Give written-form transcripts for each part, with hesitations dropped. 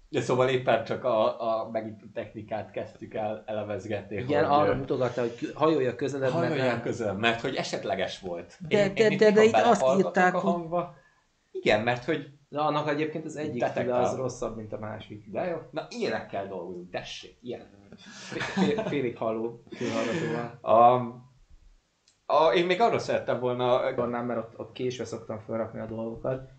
De szóval éppen csak megint a technikát kezdtük el elevezgetni, igen, hogy arra mutogatta, hogy hajolja közelebb, mert nem. közel, mert hogy esetleges volt. De Én itt azt belehallgatok írták, a hangba. Igen, mert hogy de annak egyébként az egyik füle detektál. az rosszabb, mint a másik. De jó. na ilyenekkel dolgozunk, tessék, ilyen. Félig halló fülhallgatóval. Én még arra szerettem volna... Tornám, mert ott késve szoktam felrakni a dolgokat.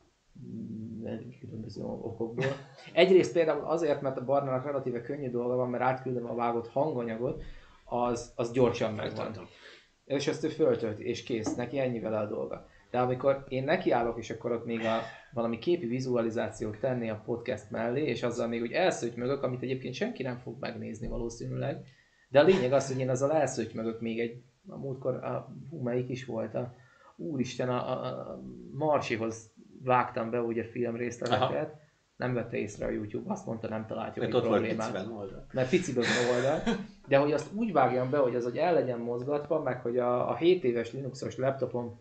Különböző okokból. Egyrészt például azért, mert a Barnának relatíve könnyű dolga van, mert átküldöm a vágott hanganyagot, az gyorsan megvan. És ezt ő föltölti, és kész, neki ennyi vele a dolga. De amikor én nekiállok, és akkor ott még valami képi vizualizációt tenni a podcast mellé, és azzal még úgy elszötymögök, amit egyébként senki nem fog megnézni valószínűleg. De a lényeg az, hogy én azzal elszötymögök még a múltkor, melyik is volt, úristen, a Marsihoz vágtam be ugye filmrészleteket, nem vette észre a YouTube, azt mondta, nem talált jogi problémát. Mert piciben oldal. De hogy azt úgy vágjam be, hogy az hogy el legyen mozgatva, meg hogy a 7 éves Linuxos laptopom,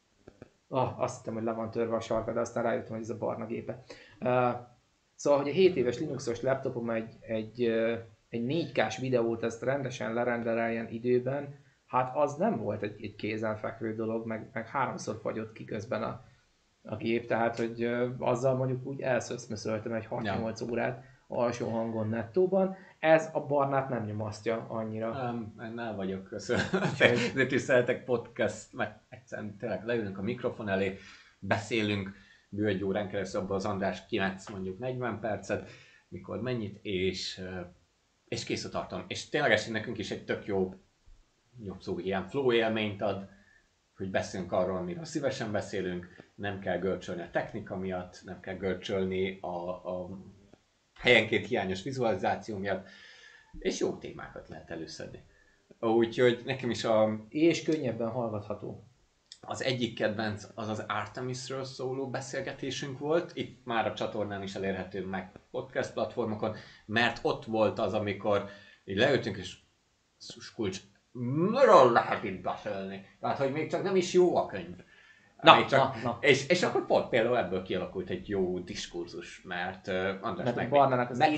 azt hittem, hogy le van törve a sarka, de aztán rájöttem, hogy ez a barna gépe. Szóval, hogy a 7 éves Linuxos laptopom egy 4K-s videót ezt rendesen lerendeljen időben, hát az nem volt egy kézenfekvő dolog, meg 3-szor fagyott ki közben a gép, tehát hogy azzal mondjuk úgy elszöszmöszöltem egy 6-8 órát alsó hangon nettóban. Ez a barnát nem nyomasztja annyira. Nem vagyok, köszönöm. Ezért is szeretek podcast, mert egyszerűen tényleg leülünk a mikrofon elé, beszélünk bő egy órán keresztül, abban az András 9 mondjuk 40 percet, mikor mennyit, és kész a tartalom. És ténylegesen nekünk is egy tök jó, jobb szó, ilyen flow élményt ad, hogy beszélünk arról, amiről szívesen beszélünk, nem kell görcsölni a technika miatt, nem kell görcsölni a helyenként hiányos vizualizáció miatt, és jó témákat lehet előszedni. Úgyhogy nekem is és könnyebben hallgatható. Az egyik kedvenc az az Artemisről szóló beszélgetésünk volt, itt már a csatornán is elérhető meg podcast platformokon, mert ott volt az, amikor így leültünk és kulcs, miről lehet itt beszélni? Tehát, hogy még csak nem is jó a könyv. Na. És akkor pont például ebből kialakult egy jó diskurzus, mert András meg Barnának az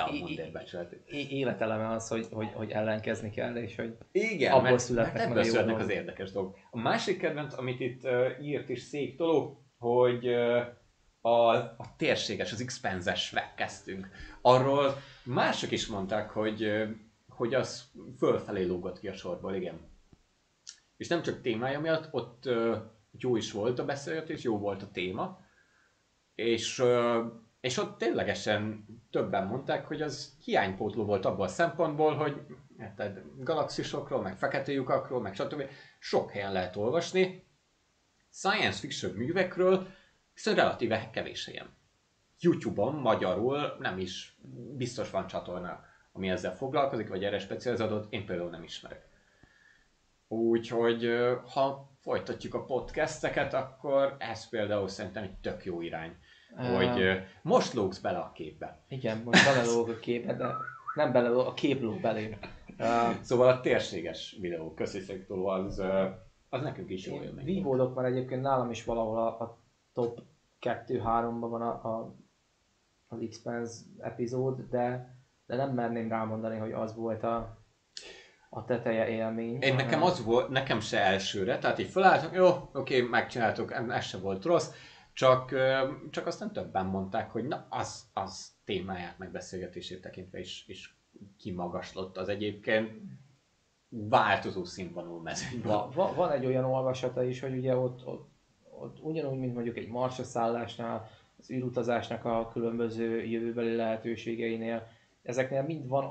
életeleme az, hogy ellenkezni kell, és hogy igen, abból születnek meg a jó dolgok. Az érdekes dolgok. A másik kedvenc, amit itt írt is Széktoló, hogy a térséges, az X-Penses kezdtünk. Arról mások is mondták, hogy az fölfelé lógott ki a sorból, igen. És nem csak témája miatt, ott jó is volt a beszélgetés, jó volt a téma, és ott ténylegesen többen mondták, hogy az hiánypótló volt abból a szempontból, hogy galaxisokról, meg fekete lyukakról, meg stb. Sok helyen lehet olvasni, science fiction művekről, viszont relatíve kevés helyen. YouTube-on magyarul nem is biztos van csatorna, ami ezzel foglalkozik, vagy erre specializálódott, én például nem ismerek. Úgyhogy ha folytatjuk a podcasteket, akkor ez például szerintem egy tök jó irány. Hogy most lógsz bele a képbe. Igen, most belelóg a képbe, de nem belelóg, a kép lóg belém. Szóval a térséges videó, köszi Széktoló, az nekünk is jó élmény. Vívódok, mert egyébként nálam is valahol a top 2-3-ban van az X-Pens epizód, de nem merném rámondani, hogy az volt a teteje élmény. Nekem az volt, nekem se elsőre, tehát így felálltam, jó, oké, megcsináltuk, ez se volt rossz, csak aztán többen mondták, hogy na, az témáját megbeszélgetését tekintve is kimagaslott az egyébként változó színvonalú mezőnyben. Van egy olyan olvasata is, hogy ugye ott ugyanúgy, mint mondjuk egy marsaszállásnál, az űrutazásnak a különböző jövőbeli lehetőségeinél, ezeknél mind van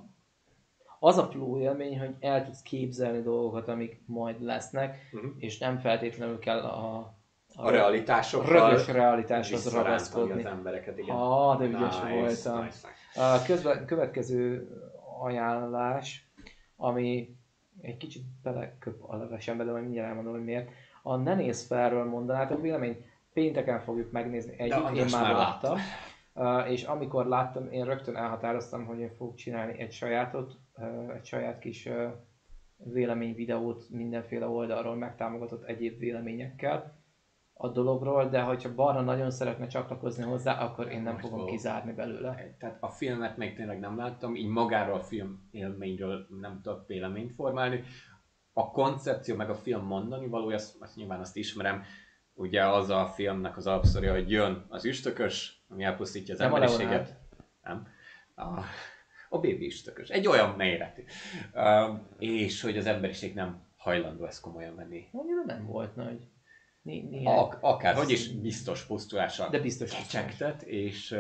az a flow élmény, hogy el tudsz képzelni dolgokat, amik majd lesznek, és nem feltétlenül kell a rögös realitáshoz ragaszkodni. Az embereket, igen. De ügyes voltam. Nice. A következő ajánlás, ami egy kicsit beleköp a levesembe, de majd mindjárt elmondom, hogy miért. A Ne nézz felről mondanátok vélemény, pénteken fogjuk megnézni együtt, én már láttam. És amikor láttam, én rögtön elhatároztam, hogy én fogok csinálni egy saját kis véleményvideót mindenféle oldalról megtámogatott egyéb véleményekkel. a dologról, de hogyha Barna nagyon szeretne csatlakozni hozzá, akkor én nem Most fogom fogok. kizárni belőle. Tehát a filmet még tényleg nem láttam, így magáról a film élményről nem tudok véleményt formálni. A koncepció meg a film mondani valója, azt nyilván azt ismerem, ugye az a filmnek az alapszorja, hogy jön az üstökös, ami elpusztítja az Nem a emberiséget. Leonard. Nem. A baby üstökös. Egy olyan méretű. És hogy az emberiség nem hajlandó ezt komolyan venni. Annyira nem volt nagy. Akárhogy is biztos pusztulással De biztos kecsegtet, és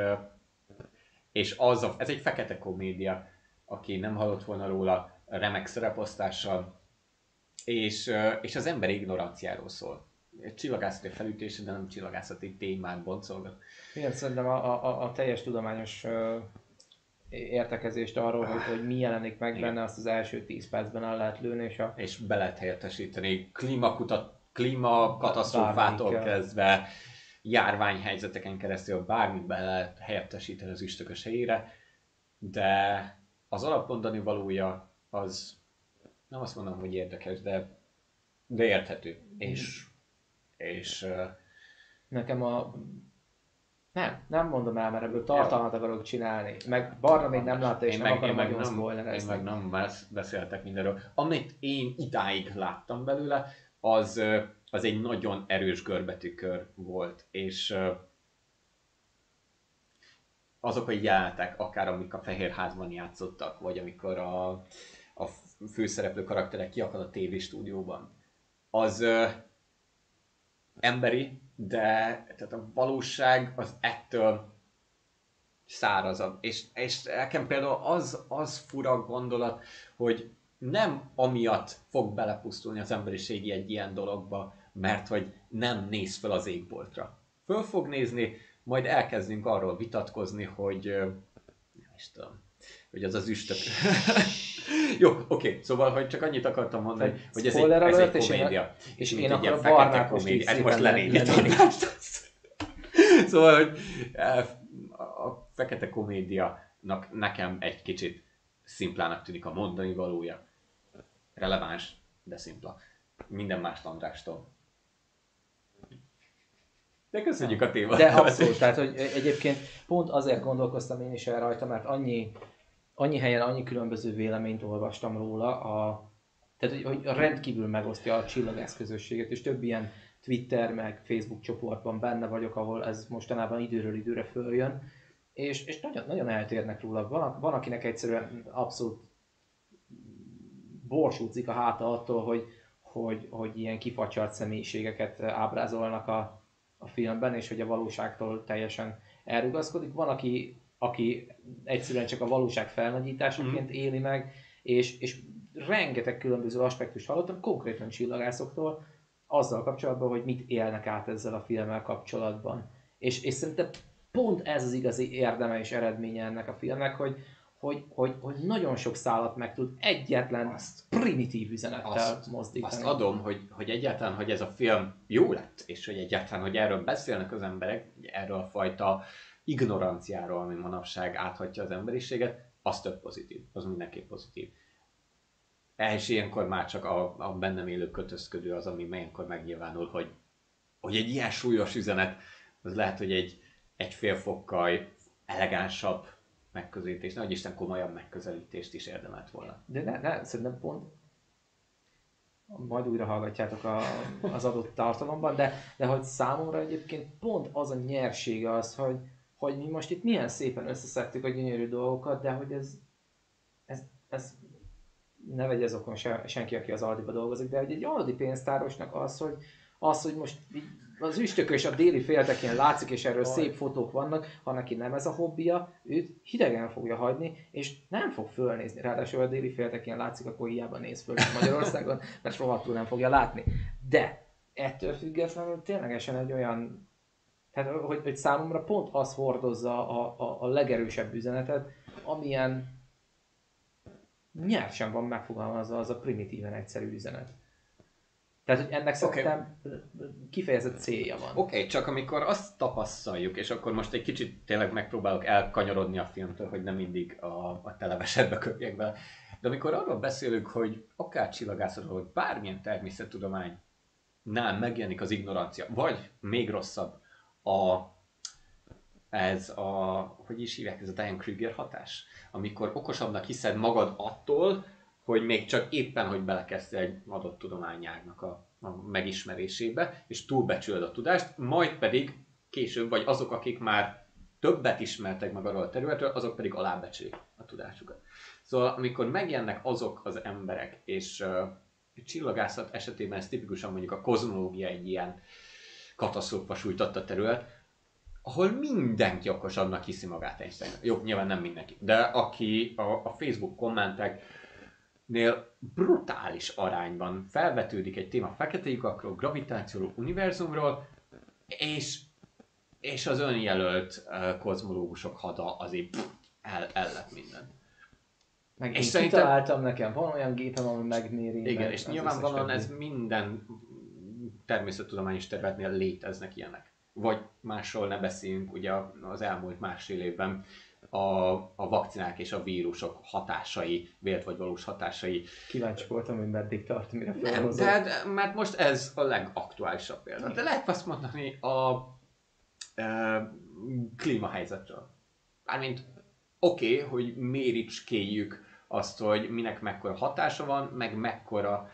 ez egy fekete komédia, aki nem hallott volna róla, remek szereposztással, és az ember ignoranciáról szól. Csillagászati felütése, de nem csillagászati témát boncolgat. Igen, szerintem a teljes tudományos értekezést arról, hogy mi jelenik meg benne, azt az első 10 percben el lehet lőni, és be lehet helyettesíteni klímakatasztrófától kezdve, járványhelyzeteken keresztül bármit be lehet helyettesíteni az üstökös helyére, de az alapmondani valója az nem azt mondom, hogy érdekes, de érthető. És nekem nem mondom el, mert ebből tartalmat akarok csinálni. Meg Barna még nem látta, és nem akarom nagyon spoilerezni. Én meg nem beszéltek mindenről. Amit én idáig láttam belőle, az egy nagyon erős görbetű volt, és azok a jelenetek, akár amik a Fehérházban játszottak, vagy amikor a főszereplő karakterek kiakad a tévéstúdióban, az emberi, de tehát a valóság az ettől szárazabb. És nekem például az fura gondolat, hogy nem amiatt fog belepusztulni az emberiség egy ilyen dologba, mert hogy nem néz fel az égboltra. Föl fog nézni, majd elkezdünk arról vitatkozni, hogy nem is tudom, hogy az üstök. Jó, oké, szóval, hogy csak annyit akartam mondani, hogy ez egy komédia. És én akkor a Barnát most így szépen most lenézítem. Szóval, hogy a fekete komédianak nekem egy kicsit szimplának tűnik a mondani valója. Releváns, de szimpla. Minden más Andrástól. De köszönjük a témát. De abszolút, tehát hogy egyébként pont azért gondolkoztam én is el rajta, mert annyi helyen, annyi különböző véleményt olvastam róla, tehát hogy rendkívül megosztja a csillagász közösséget, és több ilyen Twitter meg Facebook csoportban benne vagyok, ahol ez mostanában időről időre följön, és nagyon, nagyon eltérnek róla. Van akinek egyszerűen abszolút borsúczik a háta attól, hogy ilyen kifacsart személyiségeket ábrázolnak a filmben, és hogy a valóságtól teljesen elrugaszkodik. Van, aki egyszerűen csak a valóság felnagyításaként éli meg, és rengeteg különböző aspektust hallottam, konkrétan csillagászoktól, azzal kapcsolatban, hogy mit élnek át ezzel a filmmel kapcsolatban. És szerintem pont ez az igazi érdeme és eredménye ennek a filmnek, hogy nagyon sok szálat meg tud egyetlen primitív üzenettel mozdítani. Azt adom, hogy egyáltalán, hogy ez a film jó lett, és hogy egyáltalán, hogy erről beszélnek az emberek, erről a fajta ignoranciáról, ami manapság áthatja az emberiséget, az több pozitív, az mindenképp pozitív. És ilyenkor már csak a bennem élő kötözködő az, ami ilyenkor megnyilvánul, hogy egy ilyen súlyos üzenet, az lehet, hogy egy fél fokkal elegánsabb megközelítés, nehogy Isten komolyabb megközelítést is érdemelt volna. De szerintem pont majd újra hallgatjátok az adott tartalomban, de hogy számomra egyébként pont az a nyersége az, hogy mi most itt milyen szépen összeszedtük a gyönyörű dolgokat, de hogy ez ne vegye azokon senki, aki az Aldiba dolgozik, de hogy egy aldi pénztárosnak az, hogy most az üstökös a déli féltekén látszik, és erről szép fotók vannak, ha neki nem ez a hobbija, őt hidegen fogja hagyni, és nem fog fölnézni. Ráadásul a déli féltekén látszik, akkor hiába néz föl Magyarországon, mert rohadtul nem fogja látni. De ettől függetlenül ténylegesen egy olyan, tehát hogy számomra pont az hordozza a legerősebb üzenetet, amilyen nyersen van megfogalmazva az a primitíven egyszerű üzenet. Tehát, hogy ennek szerintem kifejezett célja van. Oké, csak amikor azt tapasztaljuk, és akkor most egy kicsit tényleg megpróbálok elkanyarodni a filmtől, hogy nem mindig a televesetbe köpjek bele, de amikor arról beszélünk, hogy akár csillagászatról, hogy bármilyen természettudomány megjelenik az ignorancia, vagy még rosszabb, ez a, hogy is hívják, ez a Dunning-Kruger hatás, amikor okosabbnak hiszed magad attól, hogy még csak éppen, hogy belekezdtél egy adott tudományágnak a megismerésébe, és túlbecsülöd a tudást, majd pedig később, vagy azok, akik már többet ismertek meg arról a területről, azok pedig alábecsülik a tudásukat. Szóval amikor megjelennek azok az emberek, és csillagászat esetében ez tipikusan mondjuk a kozmológia egy ilyen katasztrófa sújtotta terület, ahol mindenki okosabbnak hiszi magát Einstein. Jó, nyilván nem mindenki, de aki a Facebook kommenteknél brutális arányban felvetődik egy téma fekete lyukakról, gravitációról, univerzumról, és az önjelölt kozmológusok hada azért el lett minden. Meg és én kitaláltam, nekem van olyan gépem, ami megméri. Igen, és nyilvánvalóan ez minden természettudományos területnél léteznek ilyenek. Vagy másról ne beszéljünk, ugye az elmúlt másfél évben a vakcinák és a vírusok hatásai, vélt vagy valós hatásai. Kíváncsi voltam, hogy meddig tart, mire felhozott. De mert most ez a legaktuálisabb példa. De lehet azt mondani a klímahelyzetről. Mármint oké, hogy méricskéljük azt, hogy minek mekkora hatása van, meg mekkora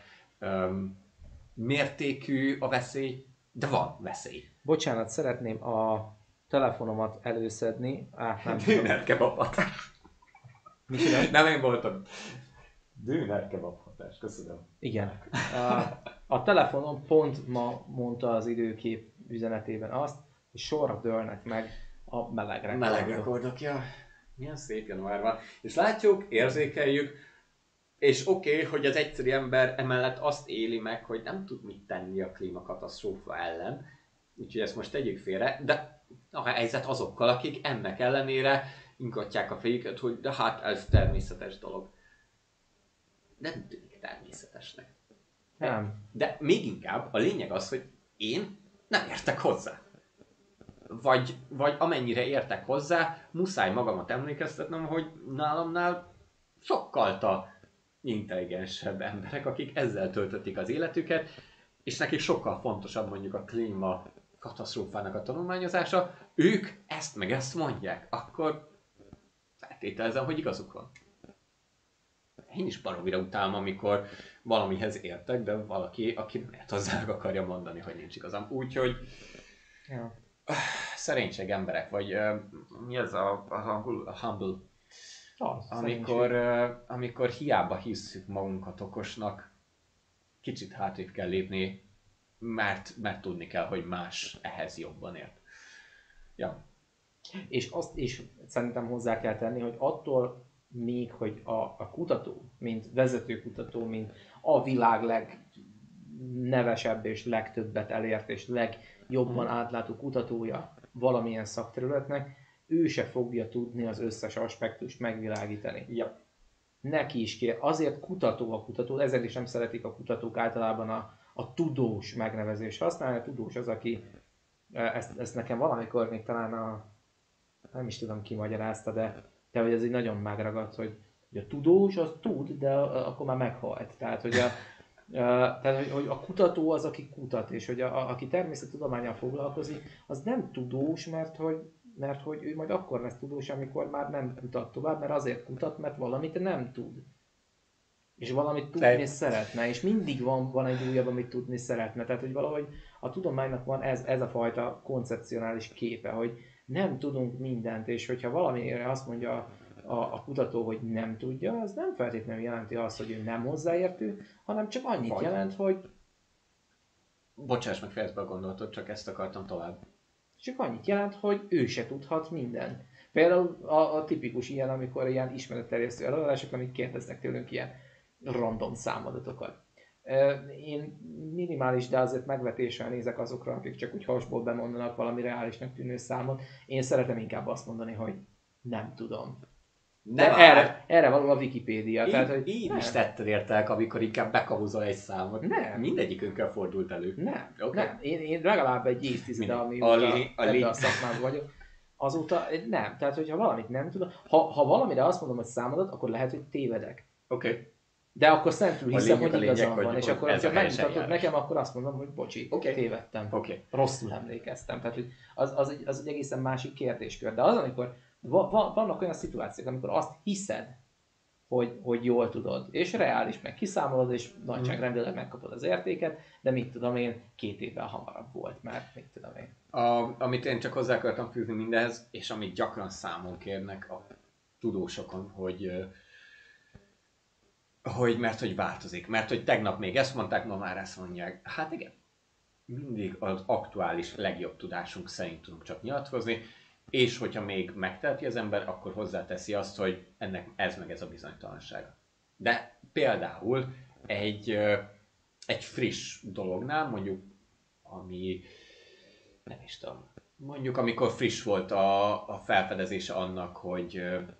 mértékű a veszély, de van veszély. Bocsánat, szeretném a telefonomat előszedni. Döner kebab hatás. Nem én voltam. Döner kebab hatás, köszönöm. Igen. A telefonom pont ma mondta az időkép üzenetében azt, hogy sorra dőlnek meg a meleg rekordok. Meleg rekordok, ja. Milyen szép január van. És látjuk, érzékeljük, és oké, hogy az egyszerű ember emellett azt éli meg, hogy nem tud mit tenni a klímakatasztrófa ellen. Úgyhogy ezt most tegyük félre, de a helyzet azokkal, akik ennek ellenére ingatják a fejüket, hogy de hát ez természetes dolog. Nem tűnik természetesnek. Nem. De még inkább a lényeg az, hogy én nem értek hozzá. Vagy amennyire értek hozzá, muszáj magamat emlékeztetnem, hogy nálamnál sokkal intelligensebb emberek, akik ezzel töltötték az életüket, és nekik sokkal fontosabb mondjuk a klíma katasztrófának a tanulmányozása, ők ezt meg ezt mondják, akkor feltételezem, hogy igazuk van. Én is baromira utálom, amikor valamihez értek, de valaki, aki mert hozzá akarja mondani, hogy nincs igazam. Úgyhogy ja. Szerénység emberek, vagy mi ez a humble? Amikor hiába hisszük magunkat okosnak, kicsit hátrébb kell lépni, mert tudni kell, hogy más ehhez jobban ért. Ja. És azt is szerintem hozzá kell tenni, hogy attól még, hogy a kutató, mint vezetőkutató, mint a világ legnevesebb és legtöbbet elért és legjobban átlátó kutatója valamilyen szakterületnek, ő se fogja tudni az összes aspektust megvilágítani. Ja. Neki is kér. Azért kutató a kutató, ezért is nem szeretik a kutatók általában a tudós megnevezést használni. A tudós az, aki ezt nekem valamikor még talán nem is tudom ki magyarázta, de hogy ez így nagyon megragadt, hogy a tudós az tud, de akkor már meghalt. Tehát, hogy a kutató az, aki kutat, és hogy aki természettudománnyal foglalkozik, az nem tudós, mert hogy ő majd akkor lesz tudós, amikor már nem kutat tovább, mert azért kutat, mert valamit nem tud. És valamit tudni szeretne, és mindig van egy újabb, amit tudni szeretne. Tehát, hogy valahogy a tudománynak van ez a fajta koncepcionális képe, hogy nem tudunk mindent, és hogyha valamire azt mondja a kutató, hogy nem tudja, az nem feltétlenül jelenti azt, hogy ő nem hozzáértő, hanem csak annyit jelent, hogy... Bocsáss meg, fejezd be a gondolatot, csak ezt akartam tovább. Csak annyit jelent, hogy ő se tudhat mindent. Például a tipikus ilyen, amikor ilyen ismeretterjesztő előadások, amik kérdeznek tőlünk ilyen random számadatokat. Én minimális, de azért megvetéssel nézek azokra, akik csak úgy hasból bemondanak valami reálisnak tűnő számot. Én szeretem inkább azt mondani, hogy nem tudom. Erre való a Wikipédia. Így is tetted értelek, amikor inkább bekavuzol egy számot. Nem. Mindegyikünkkel fordult elő. Nem. Én legalább egy évtizede, amióta ebben a szakmában vagyok. Azóta nem. Tehát, hogyha valamit nem tudom, ha valamire azt mondom, hogy számadat, akkor lehet, hogy tévedek. Oké. De akkor szentül hiszem, hogy lényeg, igazam van, és akkor, ha megmutatod nekem, akkor azt mondom, hogy bocsi, tévedtem. Rosszul emlékeztem. Tehát, hogy az egy egészen másik kérdéskör. De az, amikor vannak olyan szituációk, amikor azt hiszed, hogy jól tudod, és reális, meg kiszámolod, és nagyságrendileg megkapod az értéket, de mit tudom én, 2 évvel hamarabb volt, mert mit tudom én. Amit én csak hozzá akartam fűzni mindenhez, és amit gyakran számon kérnek a tudósokon, hogy mert hogy változik, mert hogy tegnap még ezt mondták, ma már ezt mondják. Hát igen, mindig az aktuális legjobb tudásunk szerint tudunk csak nyilatkozni, és hogyha még megteheti az ember, akkor hozzáteszi azt, hogy ennek ez meg ez a bizonytalansága. De például egy friss dolognál, mondjuk, ami nem is tudom, mondjuk amikor friss volt a felfedezése annak, hogy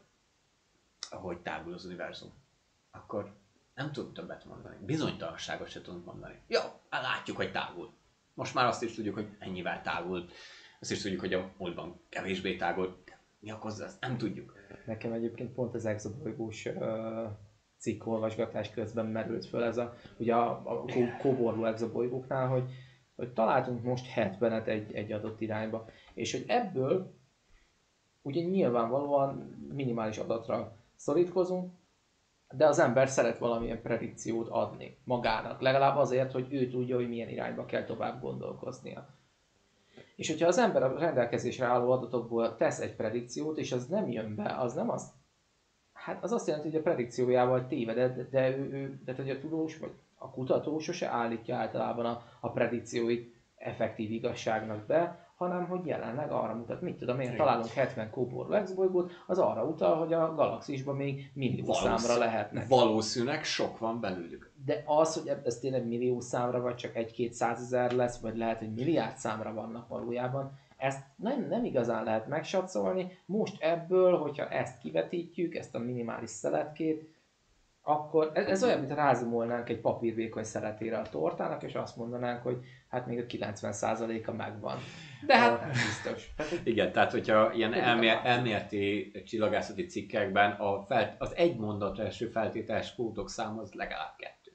tágul az univerzum, akkor nem tudunk többet mondani. Bizonytalanságot se tudunk mondani. Jó, látjuk, hogy tágul. Most már azt is tudjuk, hogy ennyivel tágult. Azt is tudjuk, hogy a múltban kevésbé tágult. Mi okozza, azt nem tudjuk. Nekem egyébként pont az exobolygós cikkolvasgatás közben merült föl ez ugye a kóborló exobolygóknál, hogy találtunk most 70-et egy adott irányba. És hogy ebből ugye nyilvánvalóan minimális adatra szorítkozunk, de az ember szeret valamilyen predikciót adni magának, legalább azért, hogy ő tudja, hogy milyen irányba kell tovább gondolkoznia. És hogyha az ember a rendelkezésre álló adatokból tesz egy predikciót, és az nem jön be, az nem az. Hát az azt jelenti, hogy a predikciójával téved, de hogy a tudós vagy a kutató sose állítja általában a predikcióit effektív igazságnak be, hanem hogy jelenleg arra mutat, mit tudom én, találunk 70 kóborló exbolygót, az arra utal, hogy a galaxisban még millió számra lehetnek. Valószínűleg sok van belőlük. De az, hogy ez tényleg millió számra, vagy csak 1-200 ezer lesz, vagy lehet, hogy milliárd számra vannak valójában, ezt nem igazán lehet megsatszolni. Most ebből, hogyha ezt kivetítjük, ezt a minimális szeletkét, akkor ez olyan, mint rázumolnánk egy papírvékony szeletére a tortának, és azt mondanánk, hogy hát még a 90%-a megvan. De hát nem biztos. Igen, tehát hogyha ilyen elméleti csillagászati cikkekben az egy mondat első feltételes kódok száma az legalább 2.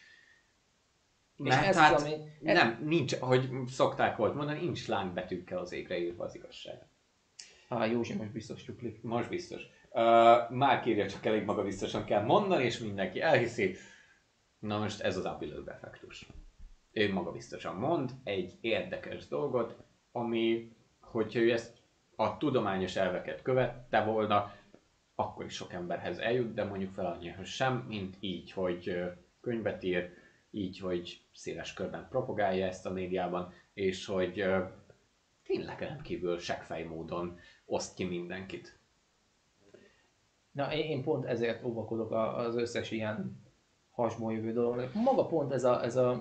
Mert hát nincs, ahogy szokták volt mondani, nincs lángbetűkkel az égre írva az igazság. Józsi, most biztos csuklik. Most biztos. Már írja, csak elég magabiztosan kell mondani, és mindenki elhiszi. Na most ez az Abilöv effektus. Ő magabiztosan mond egy érdekes dolgot, ami, hogyha ő ezt a tudományos elveket követte volna, akkor is sok emberhez eljut, de mondjuk fel annyihoz sem, mint így, hogy könyvet ír, így, hogy széles körben propagálja ezt a médiában, és hogy tényleg rendkívül seggfej módon oszt ki mindenkit. Na, én pont ezért óvakodok az összes ilyen hasból jövő dolognak. Maga pont ez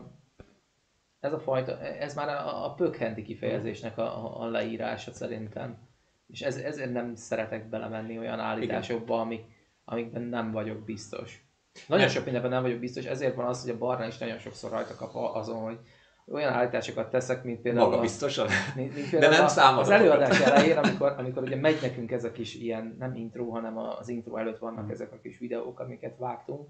a fajta, ez már a pökhendi kifejezésnek a leírása szerintem. És ezért nem szeretek belemenni olyan állításokba, amikben nem vagyok biztos. Nagyon sok mindenben nem vagyok biztos, ezért van az, hogy a Barna is nagyon sokszor rajta kap azon, hogy olyan állításokat teszek, mint például, magabiztosan? De nem az előadás elején, amikor ugye megy nekünk ezek is ilyen, nem intro, hanem az intro előtt vannak ezek a kis videók, amiket vágtunk.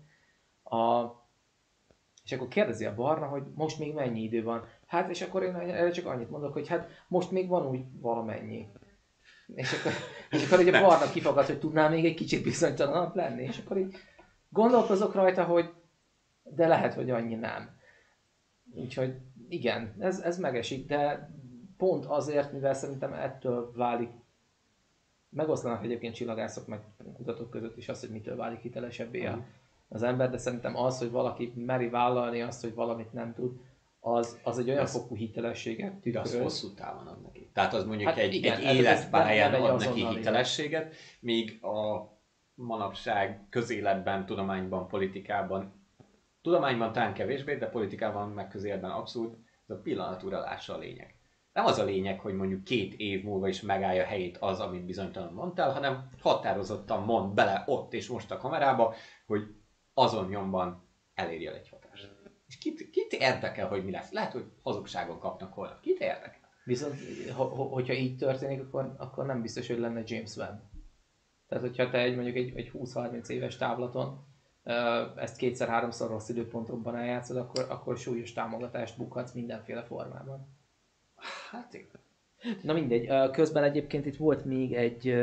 És akkor kérdezi a Barna, hogy most még mennyi idő van. Hát és akkor én erre csak annyit mondok, hogy hát most még van úgy valamennyi. És akkor ugye a Barna kifagad, hogy tudnál még egy kicsit bizonytalanabb lenni. És akkor így gondolkozok rajta, hogy de lehet, hogy annyi nem. Úgyhogy igen, ez megesik, de pont azért, mivel szerintem ettől válik, megoszlanak egyébként csillagászok meg kutatók között is azt, hogy mitől válik hitelesebbé az ember, de szerintem az, hogy valaki meri vállalni azt, hogy valamit nem tud, az egy olyan fokú hitelességet tükröz. De az hosszú távon ad neki. Tehát az mondjuk egy életpályán ad neki hitelességet, míg a manapság közéletben, tudományban, politikában, tudományban talán kevésbé, de politikában meg közéletben abszolút, ez a pillanaturalása a lényeg. Nem az a lényeg, hogy mondjuk 2 év múlva is megállja helyét az, amit bizonytalan mondtál, hanem határozottan mond bele ott és most a kamerába, hogy azon nyomban elérje egy hatást. És kit érdekel, hogy mi lesz? Lehet, hogy hazugságon kapnak holnap. Kit érdekel? Viszont, hogyha így történik, akkor nem biztos, hogy lenne James Webb. Tehát, hogyha te mondjuk egy 20-30 éves távlaton ezt kétszer-háromszor rossz időpontokban eljátszod, akkor súlyos támogatást bukhatsz mindenféle formában. Hát igen. Na mindegy, közben egyébként itt volt még egy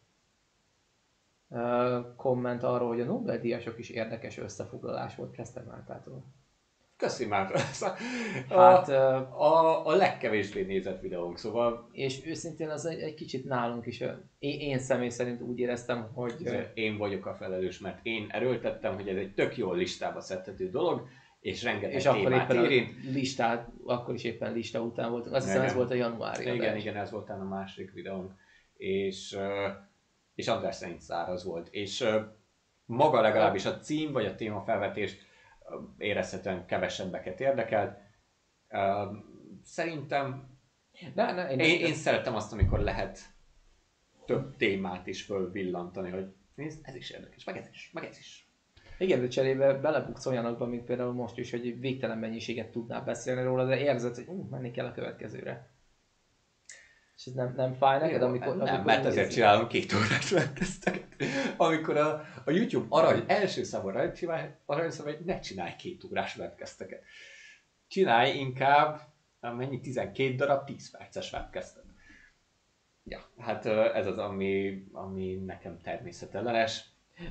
komment arról, hogy a Nobel-díjasok is érdekes összefoglalás volt Kestermártától. Köszi már! Hát, a legkevésbé nézett videónk, szóval... És őszintén az egy kicsit nálunk is, én személy szerint úgy éreztem, hogy... Én vagyok a felelős, mert én erőltettem, hogy ez egy tök jól listába szedhető dolog, és rengeteg és témát akkor érint. akkor is éppen lista után voltunk. Azt hiszem, ez volt a januári adás. Igen, ez volt a második videónk. És András szerint száraz volt. És maga legalábbis a cím vagy a témafelvetés érezhetően kevesebbeket érdekelt. Szerintem én szeretem azt, amikor lehet több témát is fölvillantani, hogy ez is érdekes, meg ez is. Igen, de cserébe belebuksz olyanokba, mint például most is, hogy végtelen mennyiséget tudnál beszélni róla, de érzed, hogy menni kell a következőre. És ez nem fáj neked, amikor mert ezért csinálom 2 órás webteszteket. Amikor a YouTube első számú aranyszava, hogy ne csinálj 2 órás webteszteket. Csinálj inkább, 12 darab 10 perces webtesztet. Ja, hát ez az, ami nekem természetellenes.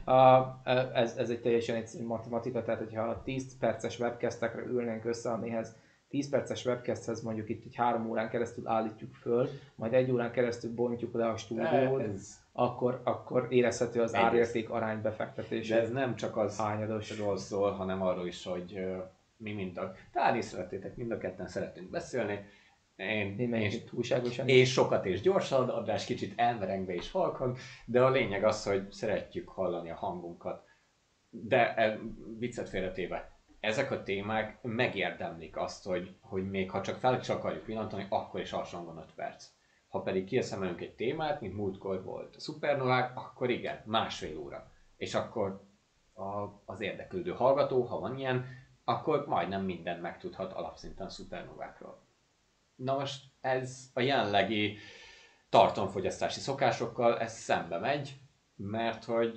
Ez egy teljesen egyszerű matematika, tehát hogyha 10 perces webcastekre ülnénk össze, amihez 10 perces webcasthez mondjuk itt 3 órán keresztül állítjuk föl, majd 1 órán keresztül bontjuk le a stúdiót, akkor érezhető az árérték arány befektetés. De ez nem csak az hányadosról szól, hanem arról is, hogy mi talán is szeretnétek, mind a ketten szeretünk beszélni. Én túlságosan és sokat és gyorsan, András kicsit elmerengve és halkan, de a lényeg az, hogy szeretjük hallani a hangunkat. De viccet félretéve, ezek a témák megérdemlik azt, hogy még ha csak fel is akarjuk villantani, akkor is alsóan van 5 perc. Ha pedig kieszemelünk egy témát, mint múltkor volt a szupernovák, akkor igen, 1,5 óra. És akkor az érdeklődő hallgató, ha van ilyen, akkor majdnem mindent megtudhat alapszinten szupernovákról. Na most ez a jelenlegi tartalomfogyasztási szokásokkal ez szembe megy, mert hogy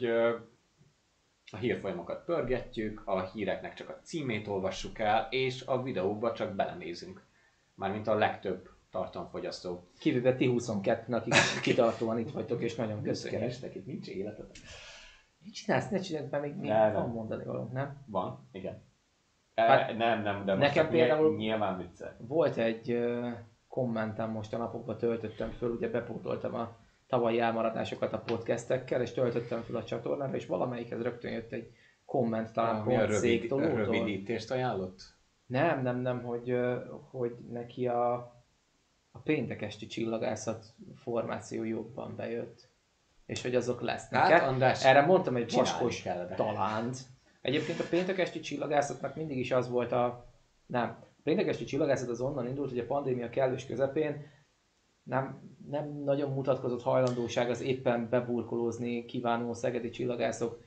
a hírfolyamokat pörgetjük, a híreknek csak a címét olvassuk el, és a videóba csak belenézünk. Mármint a legtöbb tartalomfogyasztó. Kivéve ti 22, akik kitartóan itt vagytok, és nagyon köszönjük. Itt nincs életed. Mit csinálsz? Ne csináld, mert még van mondani való, nem? Van, igen. Hát nem, de nekem például nyilván vicce. Volt egy kommentem, most a napokban töltöttem föl, ugye bepótoltam a tavalyi elmaradásokat a podcastekkel, és töltöttem föl a csatornára, és valamelyikhez rögtön jött egy komment, talán pont Széktolótól. Rövidítést ajánlott? Nem, hogy neki a péntek esti csillagászat formáció jobban bejött. És hogy azok lesznek. Hát, András, erre mondtam egy vaskos talánt. Egyébként a péntek esti csillagászatnak mindig is az volt a péntek esti csillagászat az onnan indult, hogy a pandémia kellős közepén nem nagyon mutatkozott hajlandóság az éppen beburkolózni kívánó szegedi csillagászok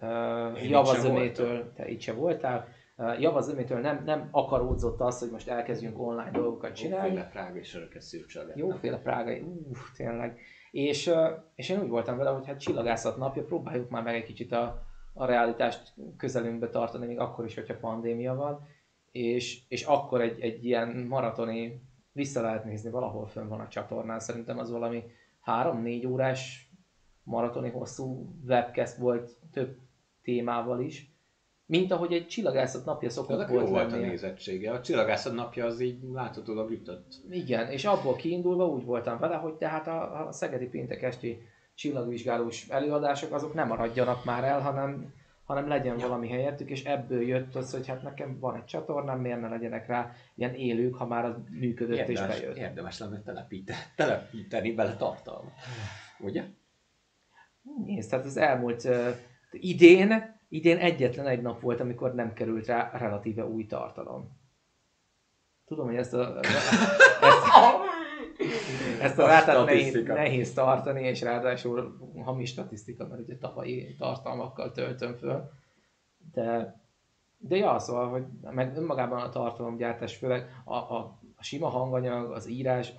javazömétől, te itt se voltál, javazömétől nem akaródzott az, hogy most elkezdjünk online dolgokat csinálni. Jóféle prágai söröket szürcsölgetnek. Jóféle prágai, tényleg. És én úgy voltam vele, hogy hát csillagászat napja, próbáljuk már meg egy kicsit a realitást közelünkbe tartani, még akkor is, hogyha pandémia van. És akkor egy ilyen maratoni, vissza lehet nézni, valahol fönn van a csatornán, szerintem az valami 3-4 órás maratoni hosszú webcast volt több témával is, mint ahogy egy csillagászat napja szokott volt lenni. Jó volt a nézettsége, a csillagászat napja az így láthatólag ütött. Igen, és abból kiindulva úgy voltam vele, hogy tehát a szegedi péntek esti csillagvizsgálós előadások azok nem maradjanak már el, hanem legyen valami helyettük, és ebből jött az, hogy hát nekem van egy csatornám, miért ne legyenek rá ilyen élők, ha már az működött és bejött. Érdemes lenne telepíteni bele tartalmat, ugye? Nézd, tehát az elmúlt idén egyetlen egy nap volt, amikor nem került rá relatíve új tartalom. Tudom, hogy ezt a rátát nehéz tartani, és ráadásul hamis statisztika, mert ugye tavalyi tartalmakkal töltöm föl. De ja, szóval, hogy meg önmagában a tartalomgyártás, főleg a sima hanganyag, az írás,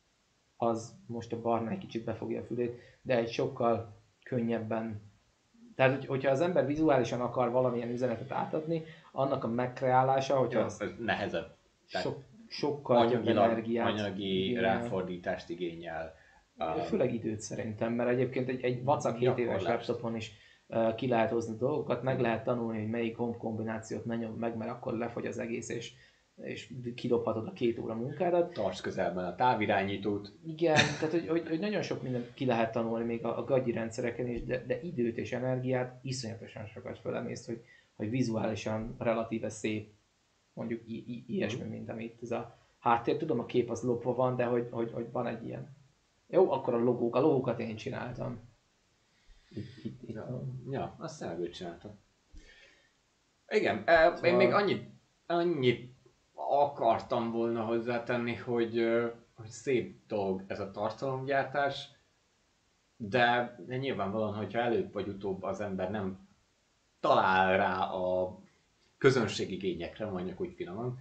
az most a Barna egy kicsit befogja a fülét, de egy sokkal könnyebben Tehát, hogyha az ember vizuálisan akar valamilyen üzenetet átadni, annak a megkreálása, hogyha Ja, az ez nehezebb. Tehát sokkal több energiát anyagi igényel. ráfordítást igényel. Főleg időt szerintem, mert egyébként egy vacak 7 éves Gyakorlást. laptopon is ki lehet hozni dolgokat, meg lehet tanulni, hogy melyik gomb kombinációt ne nyomd meg, mert akkor lefogy az egész, és kidobhatod a 2 óra munkádat. Tarts közelben a távirányítót. Igen, tehát hogy nagyon sok mindent ki lehet tanulni még a gagyi rendszereken is, de időt és energiát iszonyatosan sokat fölemészt, hogy vizuálisan relatíve szép, mondjuk ilyesmi, mint amit ez a háttér. Tudom, a kép az lopva van, de hogy van egy ilyen. Jó, akkor a logókat én csináltam. Itt. Ja, azt elvőt csináltam. Igen, én még annyit akartam volna hozzátenni, hogy szép dolog ez a tartalomgyártás, de nyilvánvalóan, hogyha előbb vagy utóbb az ember nem talál rá a közönségigényekre, mondjuk úgy finoman,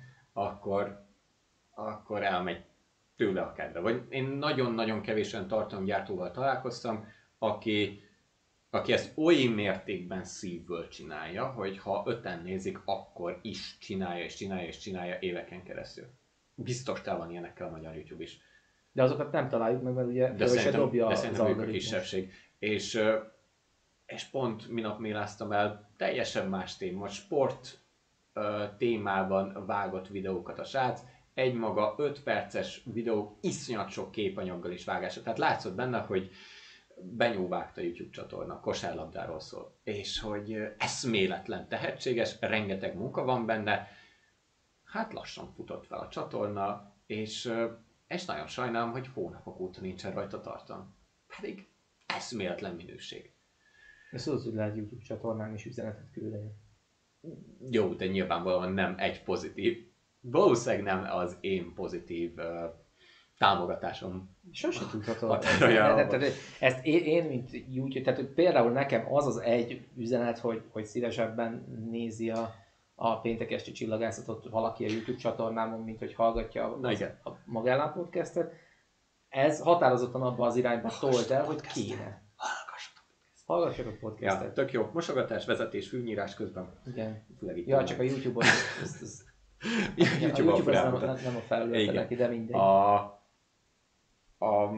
akkor elmegy tőle a kedve. Vagy én nagyon-nagyon kevés olyan tartalomgyártóval találkoztam, aki ezt oly mértékben szívből csinálja, hogy ha 5-en nézik, akkor is csinálja éveken keresztül. Biztos tele van ilyenekkel a magyar YouTube is. De azokat nem találjuk meg, mert ugye föl se dobja az szerintem ők a algoritmus. kisebbség. És pont minap méláztam el teljesen más téma, sport témában vágott videókat a srác, egymaga 5 perces videó, iszonyat sok képanyaggal is vágása. Tehát látszott benne, hogy benyúvágta a YouTube csatorna, kosárlabdáról szól. És hogy eszméletlen tehetséges, rengeteg munka van benne, hát lassan futott fel a csatorna, és nagyon sajnálom, hogy hónapok óta nincsen rajta tartalom. Pedig eszméletlen minőség. Ezt tudod, hogy lehet YouTube csatornán is üzenetet küldeni. Jó, de nyilvánvalóan nem egy pozitív. Valószínűleg nem az én pozitív támogatásom. Sose tudhatod. Határaja. Ezt én, mint YouTube, tehát hogy például nekem az üzenet, hogy szívesebben nézi a péntek esti csillagászatot valaki a YouTube csatornámon, mint hogy hallgatja a Magellán podcastet. Ez határozottan abban az irányba tolt el, hogy kéne. Hallgassak a podcastet. Ja, tök jó. Mosogatás, vezetés, fűnyírás közben. Igen. Ja, csak a YouTube-on nem a felülete neki, de mindegy. A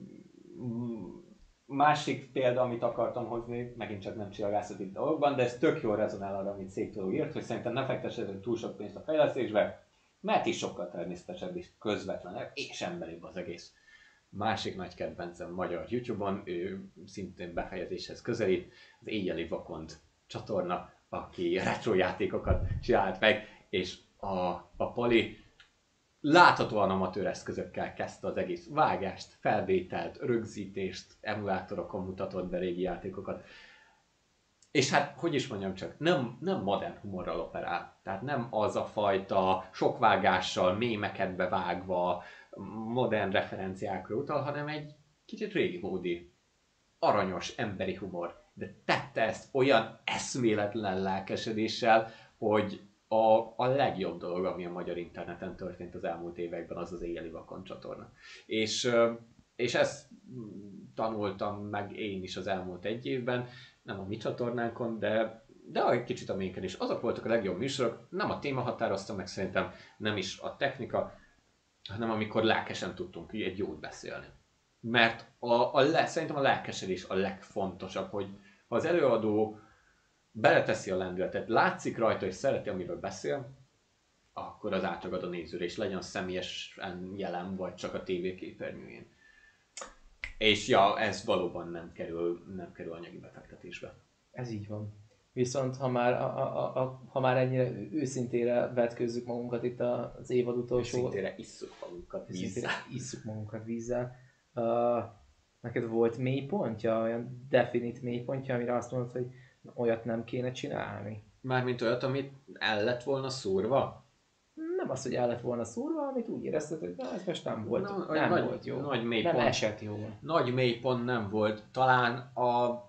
másik példa, amit akartam hozni, megint csak nem csillagászati dolgokban, de ez tök jól rezonál arra, amit Széktől írt, hogy szerintem ne fektessetek túl sok pénzt a fejlesztésbe, mert is sokkal természetesebb és közvetlenebb és emberibb az egész. Másik nagy kedvencem magyar YouTube-on, ő szintén befejezéshez közelít, az Éjjeli Vakond csatorna, aki retro játékokat csinált meg, és a Pali láthatóan amatőr eszközökkel kezdte az egész vágást, felvételt, rögzítést, emulátorokon mutatott be régi játékokat. És hát, hogy is mondjam csak, nem modern humorral operál. Tehát nem az a fajta sok vágással, mémeket bevágva, modern referenciákra utal, hanem egy kicsit régi módi, aranyos, emberi humor. De tette ezt olyan eszméletlen lelkesedéssel, hogy a legjobb dolog, ami a magyar interneten történt az elmúlt években, az az Éjjeli Vakond csatorna. És ezt tanultam meg én is az elmúlt 1 évben, nem a mi csatornánkon, de egy kicsit a miénken is. Azok voltak a legjobb műsorok, nem a téma határozta meg szerintem, nem is a technika, hanem amikor lelkesen tudtunk egy jót beszélni. Mert szerintem a lelkesedés a legfontosabb, hogy ha az előadó beleteszi a lendületet, látszik rajta, és szereti, amiről beszél, akkor az átagad a nézőre, és legyen személyesen jelen, vagy csak a tévéképernyőjén. És ja, ez valóban nem kerül anyagi befektetésbe. Ez így van. Viszont ha már ennyire őszintére vetkőzzük magunkat itt az évad utolsó... Őszintére isszuk magunkat vízzel. Isszuk magunkat vízzel. Neked volt mélypontja, olyan definit mélypontja, amire azt mondod, hogy olyat nem kéne csinálni? Mármint olyat, amit el lett volna szúrva? Nem az, hogy el lett volna szúrva, amit úgy érezted, hogy na, ez most nem volt, volt jó. Nagy mélypont, nem esett jó. Nagy mélypont nem volt. Talán a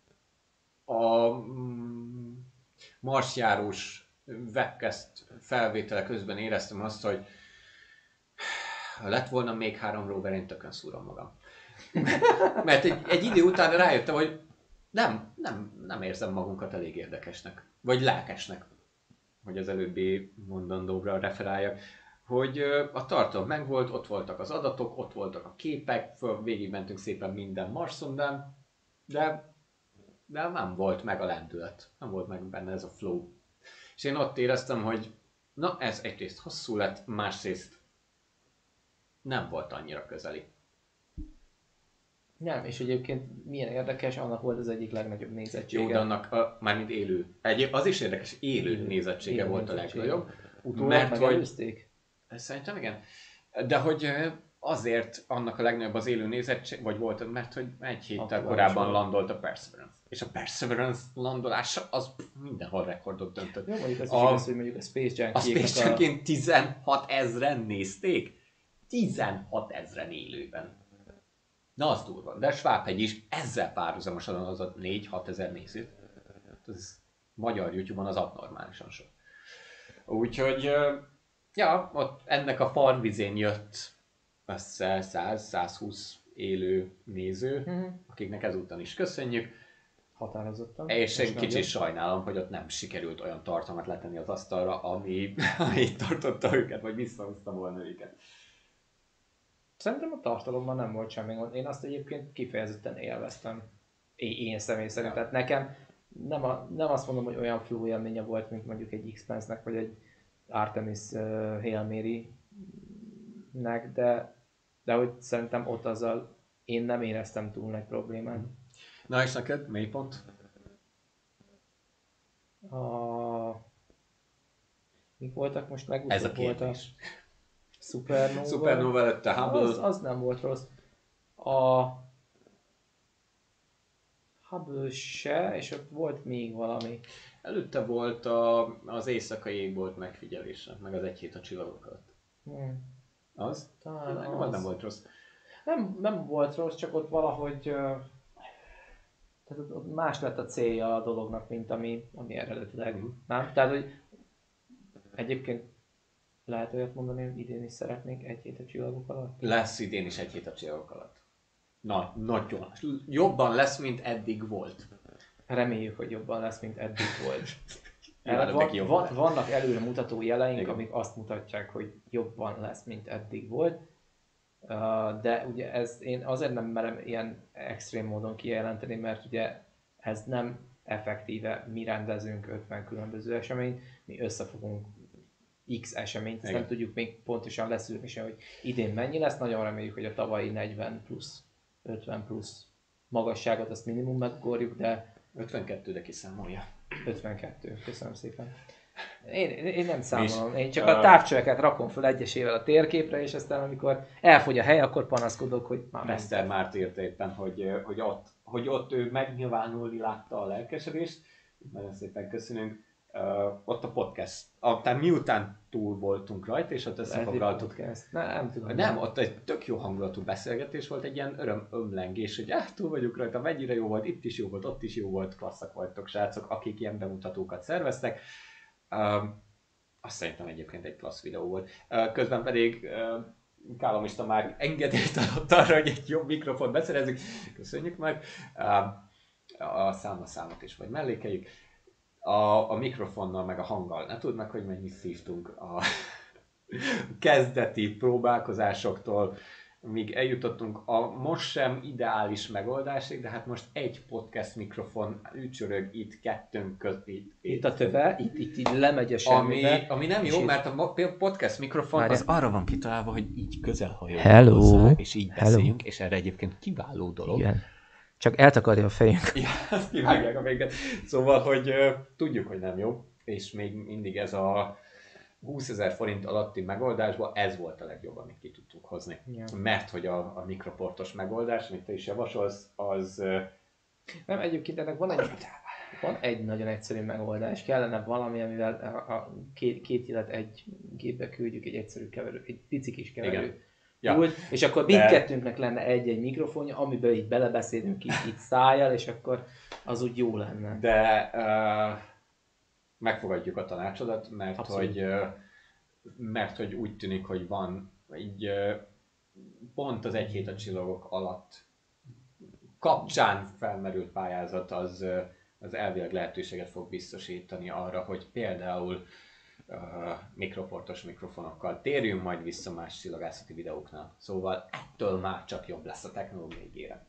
marsjárós webcast felvétele közben éreztem azt, hogy ha lett volna még 3 rover, én tökön szúrom magam. Mert egy idő után rájöttem, hogy nem érzem magunkat elég érdekesnek, vagy lelkesnek, hogy az előbbi mondandóra referáljak, hogy a tartalom megvolt, ott voltak az adatok, ott voltak a képek, végigmentünk szépen minden Marszondán, de nem volt meg a lendület, nem volt meg benne ez a flow. És én ott éreztem, hogy na ez egyrészt hosszú lett, másrészt nem volt annyira közeli. Nem, és egyébként milyen érdekes, annak volt az egyik legnagyobb nézettsége. Jó, de annak mármint élő. Az is érdekes, élő nézettsége volt a legnagyobb. Utólag megelőzték? Szerintem igen. De hogy azért annak a legnagyobb az élő nézettség, vagy volt, mert hogy egy héttel korábban landolt a Perseverance. És a Perseverance landolása az mindenhol rekordot döntött. Jó, mondjuk az is igaz, hogy mondjuk a Space Junkie-nak a Space Junkie 16 000-en nézték. 16 000-en élőben. Na az durva. De Schwab-hegy is ezzel párhuzamosan az a 4-6 ezer nézőt. Ez magyar YouTube-on az abnormálisan sok. Úgyhogy ja, ott ennek a farmvizén jött össze 100-120 élő néző, akiknek ezúttal is köszönjük. Határozottan. És én kicsit sajnálom, hogy ott nem sikerült olyan tartalmat letenni az asztalra, ami tartotta őket, vagy visszahozta volna őket. Szerintem a tartalomban nem volt semmi gond. Én azt egyébként kifejezetten élveztem. Én személy szerint. Tehát nekem nem azt mondom, hogy olyan flow élménye volt, mint mondjuk egy X-Pence-nek, vagy egy Artemis Hail Mary-nek, de hogy szerintem ott azzal én nem éreztem túl nagy problémát. Na és neked mélypont? Mik voltak most legutóbb? Ez a kérdés. Supernova előtte Hubble. Az nem volt rossz. A Hubble se, és ott volt még valami. Előtte volt az éjszakai égbolt megfigyelése, meg az egy hét a csillagok alatt. Az? Talán az nem volt rossz. Nem volt rossz, csak ott valahogy tehát ott más lett a célja a dolognak, mint ami eredetileg. Nem? Tehát, hogy egyébként lehet olyat mondani, hogy idén is szeretnék egy hét a csillagok alatt? Lesz idén is egy hét a csillagok alatt. Na, nagyon. Jobban lesz, mint eddig volt. Reméljük, hogy jobban lesz, mint eddig volt. Vannak előre mutató jeleink, igen, amik azt mutatják, hogy jobban lesz, mint eddig volt. De ugye én azért nem merem ilyen extrém módon kijelenteni, mert ugye ez nem effektíve mi rendezünk 50 különböző eseményt, mi összefogunk X eseményt, ezt nem tudjuk még pontosan leszűrni sem, hogy idén mennyi lesz, nagyon reméljük, hogy a tavalyi 40 plusz, 50 plusz magasságot azt minimum megugorjuk, de 52-re kiszámolja. 52, köszönöm szépen. Én nem számolom, én csak a távcsöveket rakom fel egyesével a térképre, és aztán amikor elfogy a hely, akkor panaszkodok, hogy már Mester Márt írt éppen, hogy ott ő megnyilvánulni látta a lelkesedést. Nagyon szépen köszönünk. Ott a podcast. Tehát miután túl voltunk rajta, és ott összefoglaltuk. Nem tudom. Nem, ott egy tök jó hangulatú beszélgetés volt, egy ilyen ömlengés, hogy túl vagyunk rajta, mennyire jó volt, itt is jó volt, ott is jó volt, klasszak vagytok srácok, akik ilyen bemutatókat szerveztek. Azt szerintem egyébként egy klassz videó volt. Közben pedig Kálomista már engedélyt adott arra, hogy egy jobb mikrofont beszerezzük. Köszönjük meg. A számot is majd mellékeljük. A mikrofonnal meg a hanggal. Ne tudd meg, hogy mennyit szívtunk a kezdeti próbálkozásoktól, míg eljutottunk a most sem ideális megoldásig, de hát most egy podcast mikrofon ücsörög itt kettőnk között. Itt a töve, itt lemegy a semmibe. Ami nem jó, mert a podcast mikrofon az arra van kitalálva, hogy így közel hajolunk hozzá, és így beszéljünk, és erre egyébként kiváló dolog. Igen. Csak eltakarja a fejünk. Ja, azt kivágják a fejünket. Szóval, hogy tudjuk, hogy nem jó, és még mindig ez a 20 000 forint alatti megoldásban ez volt a legjobb, amit ki tudtuk hozni. Ja. Mert hogy a mikroportos megoldás, amit te is javasolsz, az... Nem, egyébként ennek van egy nagyon egyszerű megoldás. Kellene valami, amivel a két élet egy gépbe küldjük egy egyszerű keverő, egy pici kis keverő. Igen. Ja. És akkor mindkettőnknek lenne egy egy-mikrofonja, amiben így belebeszélünk így szájjal, és akkor az úgy jó lenne. De megfogadjuk a tanácsodat, mert hogy úgy tűnik, hogy van így pont az egy hét a csillagok alatt kapcsán felmerült pályázat az elvileg lehetőséget fog biztosítani arra, hogy például mikroportos mikrofonokkal térjünk majd vissza más csillagászati videóknál. Szóval ettől már csak jobb lesz a technológia ígéret.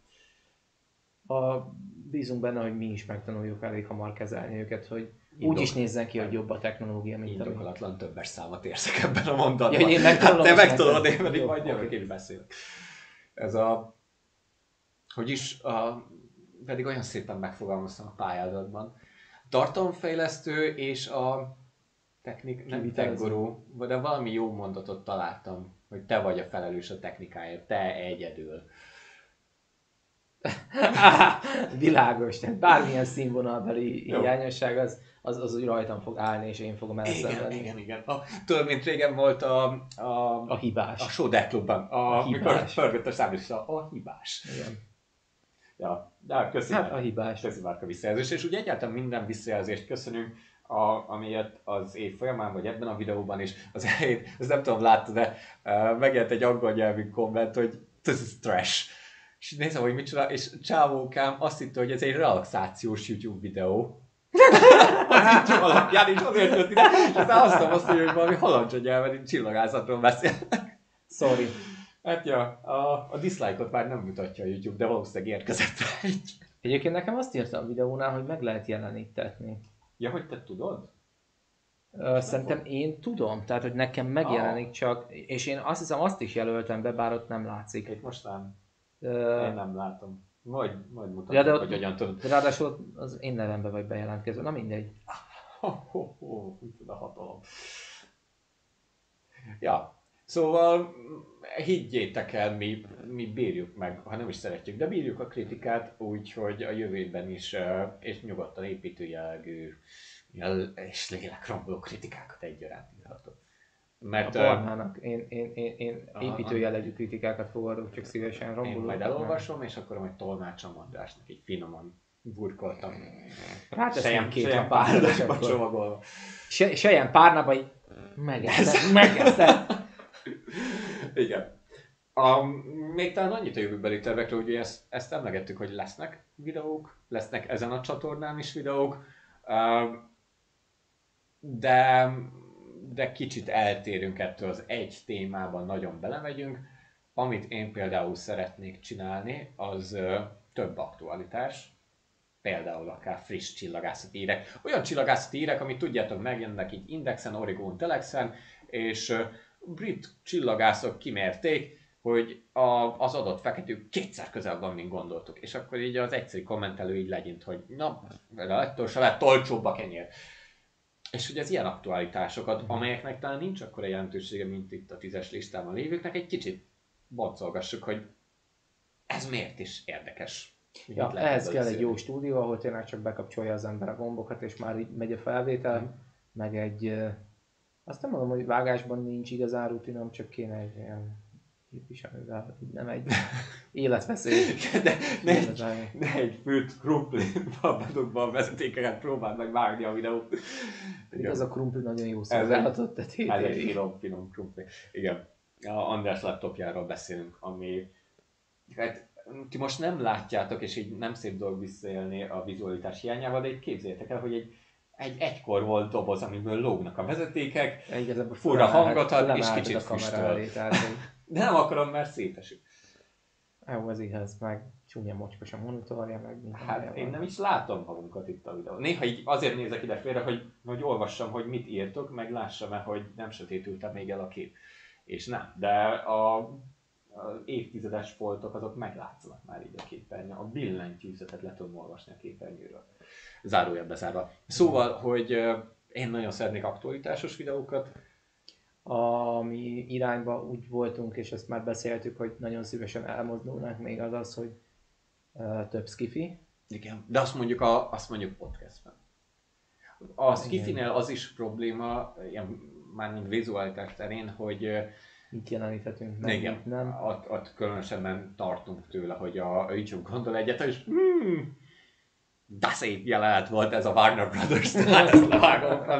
Bízunk benne, hogy mi is megtanuljuk elég hamar kezelni őket, hogy úgy is nézzen ki, hogy jobb a technológia, mint ami. Indokolatlan többes számot érzek ebben a mondatban. Ja, én megtanulom, te megtanulod, én pedig jó, majd jövök oké. és beszélek. Ez pedig olyan szépen megfogalmaztam a pályázatban. Tartalomfejlesztő és a nem techgurú, de valami jó mondatot találtam, hogy te vagy a felelős a technikáért, te egyedül. Világos, tehát bármilyen színvonalbeli hiányosság az úgy rajtam fog állni, és én fogom elszenvedni. Igen. Tudod, mint régen volt a hibás. A Sodák klubban, amikor pörgött a számlista, a hibás. Igen. Ja, de köszönöm. Hát a hibás. Köszönöm a visszajelzést, és ugye egyáltalán minden visszajelzést köszönünk, amiért az év folyamán, vagy ebben a videóban is, az elején, ezt nem tudom, láttad, de megjelent egy angol nyelvű komment, hogy this is trash. És nézem, hogy mit csinál, és csávókám azt hitte, hogy ez egy relaxációs YouTube videó. Az így alapján is azért jött ide, és aztán azt mondja, hogy valami halandzsa nyelven csillagászatról beszélnek. Sorry. Hát ja, a dislike-ot már nem mutatja a YouTube, de valószínűleg érkezett rá egy. Egyébként nekem azt írta a videónál, hogy meg lehet jelenítetni. Ja, hogy te tudod? Szerintem én tudom, tehát hogy nekem megjelenik csak, és én azt hiszem azt is jelöltem be, bár ott nem látszik. Itt most nem. Én nem látom. Majd mutatom, ja, de hogy hogyan tudod. De ráadásul az én nevembe vagy bejelentkezve, na mindegy. Micsoda hatalom. Ja, szóval higgyétek el, mi bírjuk meg, ha nem is szeretjük, de bírjuk a kritikát, úgyhogy a jövőben is, és nyugodtan építőjellegű és lélekromboló kritikákat egyaránt írhatok. Mert a Barnának én építőjellegű kritikákat fogadok, csak szívesen romboló. Én majd elolvasom, és akkor majd tolmácsom Andrásnak így finoman burkoltam. Ráteszem két sejem párnába csomagolva. Sejem párnába így megeszed. Igen. Még talán annyit a jövőbeli tervekről, hogy ezt emlegettük, hogy lesznek videók, lesznek ezen a csatornán is videók, de kicsit eltérünk ettől az egy témában, nagyon belemegyünk. Amit én például szeretnék csinálni, az több aktualitás, például akár friss csillagászati hírek. Olyan csillagászati hírek, amit tudjátok megjelennek így Indexen, Origón, Telexen, és brit csillagászok kimérték, hogy az adott fekető kétszer közel van, mint gondoltuk. És akkor így az egyszerű kommentelő így legyint, hogy na, ettől se lett olcsóbb a kenyér. És hogy az ilyen aktualitásokat, amelyeknek talán nincs akkora jelentősége, mint itt a 10-es listában lévőknek, egy kicsit boncolgassuk, hogy ez miért is érdekes. Ja, ehhez kell egy jó stúdió, ahol tényleg csak bekapcsolja az ember a gombokat, és már így megy a felvétel, meg egy... Azt nem mondom, hogy vágásban nincs igazán rutinom, csak kéne egy ilyen képviselővel, nem egy életveszély. de egy főtt krumplival bedugva a vezetékeket próbáld meg vágni a videót. Ez a krumpli nagyon jó szolgálatot tett 7 évig. Ez egy finom krumpli. Igen. A András laptopjáról beszélünk, ami... Hát, ti most nem látjátok, és így nem szép dolog visszaélni a vizualitás hiányával, de így képzeljétek el, hogy egy egykor volt doboz, amiből lógnak a vezetékek, fura hangot ad, és kicsit füstöl. De nem akarom, mert szétesik. Jó, az igaz, meg csúnya mocskos a monitorja, meg minden. Hát én nem is látom magunkat itt a videón. Néha így azért nézek ide félre, hogy olvassam, hogy mit írtok, meg lássam-e, hogy nem sötétültem még el a kép. És nem, de az évtizedes foltok azok meglátszanak már így a képernyőn. A billentyűzetet le tudom olvasni a képernyőről. Zárójel bezárva. Szóval, hogy én nagyon szeretnék aktualitásos videókat. Ami irányba úgy voltunk, és ezt már beszéltük, hogy nagyon szívesen elmozdulnánk még az, hogy több skifi. Igen, de azt mondjuk podcastben. A skifinél az is probléma, mármint vizualitás terén, hogy mit jeleníthetünk meg, igen, mit nem. Ott különösen tartunk tőle, hogy a YouTube gondol egyet, és de szép jelenet volt ez a Warner Brothers, tehát ezt levágom.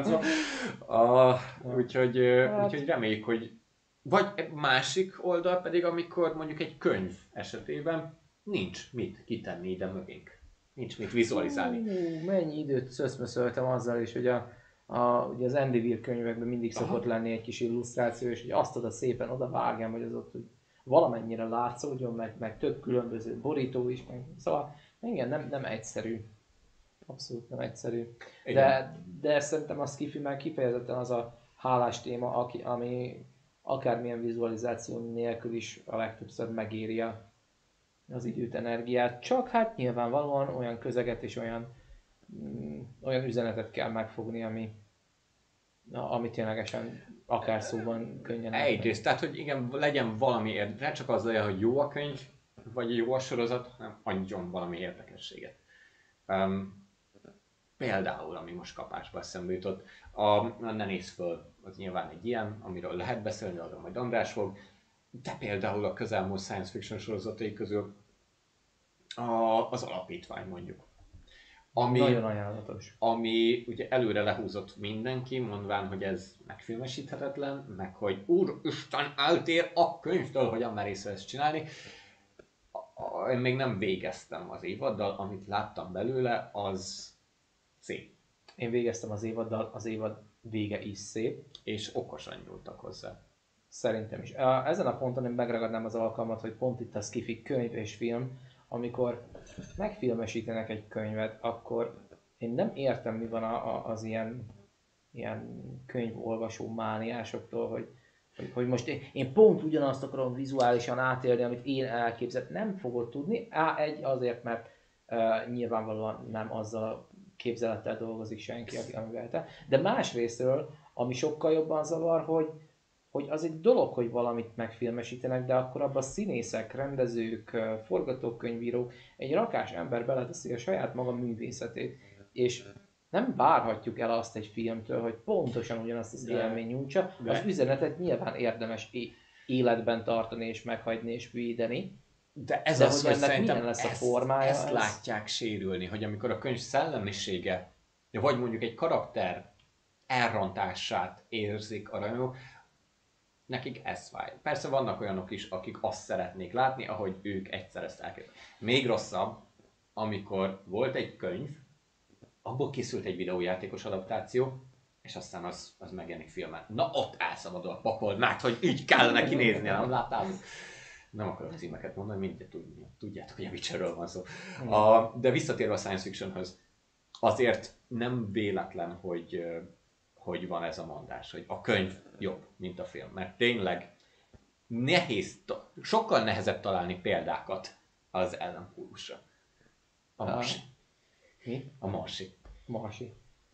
Úgyhogy reméljük, hogy vagy másik oldal pedig, amikor mondjuk egy könyv esetében nincs mit kitenni ide mögénk. Nincs mit vizualizálni. Mennyi időt szöszmöszöltem azzal is, hogy ugye az Andy Weir könyvekben mindig szokott lenni egy kis illusztráció, és hogy azt oda szépen oda vágjam, hogy az ott hogy valamennyire látszódjon, meg több különböző borító is, szóval igen, nem egyszerű. Abszolút nem egyszerű. De szerintem a sci-fi már kifejezetten az a hálás téma, ami akármilyen vizualizáció nélkül is a legtöbbször megéri az időt, energiát. Csak hát nyilvánvalóan olyan közeget és olyan üzenetet kell megfogni, ami ténylegesen akár szóban könnyen. Egyrészt, tehát hogy igen, legyen valami ne csak az legyen, hogy jó a könyv, vagy jó a sorozat, hanem adjon valami érdekességet. Például, ami most kapásba eszembe jutott, Ne nézz föl, az nyilván egy ilyen, amiről lehet beszélni, arról majd András fog, de például a közelmúlt science fiction sorozatai közül az Alapítvány mondjuk. Nagyon ajánlatos. Ami ugye előre lehúzott mindenki, mondván, hogy ez megfilmesíthetetlen, meg hogy úristen eltér a könyvtől, hogyan merész ezt csinálni. Én még nem végeztem az évaddal, amit láttam belőle, az szép. Én végeztem az évaddal, az évad vége is szép. És okosan nyúltak hozzá. Szerintem is. Ezen a ponton én megragadnám az alkalmat, hogy pont itt a sci-fi könyv és film, amikor megfilmesítenek egy könyvet, akkor én nem értem, mi van az ilyen könyvolvasó mániásoktól, hogy most én pont ugyanazt akarom vizuálisan átélni, amit én elképzeltem. Nem fogod tudni. Azért, mert nyilvánvalóan nem azzal a képzelettel dolgozik senki, amivel te. De másrésztről, ami sokkal jobban zavar, hogy az egy dolog, hogy valamit megfilmesítenek, de akkor abban színészek, rendezők, forgatókönyvírók, egy rakás ember beleteszi a saját maga művészetét, és nem várhatjuk el azt egy filmtől, hogy pontosan ugyanazt az élmény nyújtsa. Az üzenetet nyilván érdemes életben tartani, és meghagyni, és védeni. De ez az, hogy szerintem lesz a formája, ezt látják sérülni, hogy amikor a könyv szellemisége, vagy mondjuk egy karakter elrontását érzik a rajongók, nekik ez fáj. Persze vannak olyanok is, akik azt szeretnék látni, ahogy ők egyszer ezt elképzelik. Még rosszabb, amikor volt egy könyv, abból készült egy videójátékos adaptáció, és aztán az megjelenik filmen. Na ott elszabadul a pakol, mert hogy így kellene kinézni, nem láttál? Nem akarok címeket mondani, mindjárt tudjátok, hogy a Witcherről van szó. De visszatérve a science fictionhöz, azért nem véletlen, hogy van ez a mondás, hogy a könyv jobb, mint a film. Mert tényleg sokkal nehezebb találni példákat az ellenpólusra. A Marsi. Mi? A Marsi. Marsi.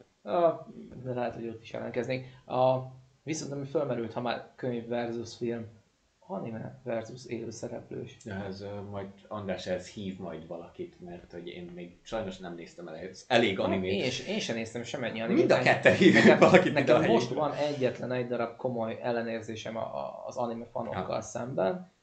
De lehet, hogy ott is ellenkeznék. Viszont ami felmerült, ha már könyv versus film, anime versus élőszereplős. Ez majd András hív majd valakit, mert hogy én még sajnos nem néztem elég animét. Én sem néztem semmennyi animét. Mind a ketten hívjuk valakit. Nekem most van egyetlen egy darab komoly ellenérzésem az anime fanokkal szemben.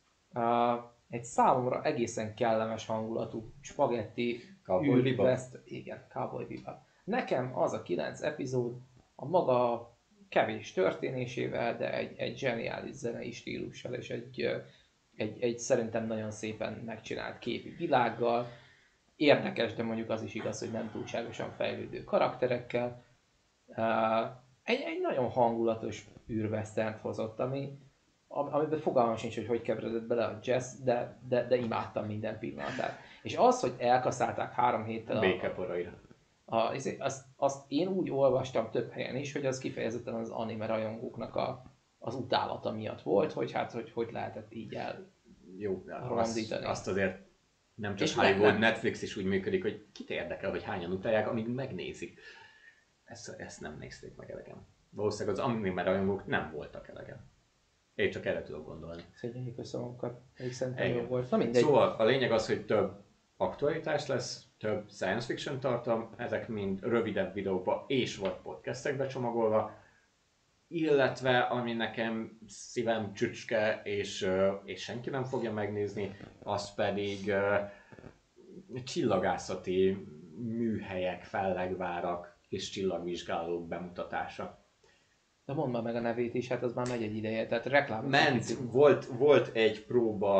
Egy számomra egészen kellemes hangulatú spagetti űrveszt. Igen, Cowboy Bebop. Nekem az a 9 epizód a maga kevés történésével, de egy zseniális zenei stílussal, és egy szerintem nagyon szépen megcsinált képi világgal. Érdekes, de mondjuk az is igaz, hogy nem túlságosan fejlődő karakterekkel. Egy nagyon hangulatos űrveszternt hozott, amiben fogalmam sincs, hogy keveredett bele a jazz, de imádtam minden pillanatát. És az, hogy elkaszálták 3 héttel békeporaira. Azt én úgy olvastam több helyen is, hogy az kifejezetten az anime rajongóknak az utálata miatt volt, hogy lehetett így elrondítani. Azt azért nem csak Hollywood, Netflix is úgy működik, hogy kit érdekel, hogy hányan utálják, amíg megnézik. Ezt nem nézték meg elegen. Valószínűleg az anime rajongók nem voltak elegen. Én csak erre tudok gondolni. Szégyeljük össze magunkat, pedig szerintem jó volt. Na mindegy. Szóval a lényeg az, hogy több aktualitás lesz, több science fiction tartalom, ezek mind rövidebb videókba és vagy podcastekbe csomagolva, illetve ami nekem szívem csücske és senki nem fogja megnézni, az pedig csillagászati műhelyek, fellegvárak és csillagvizsgálók bemutatása. De mondd már meg a nevét is, hát az már megy egy ideje, tehát reklám. Volt egy próba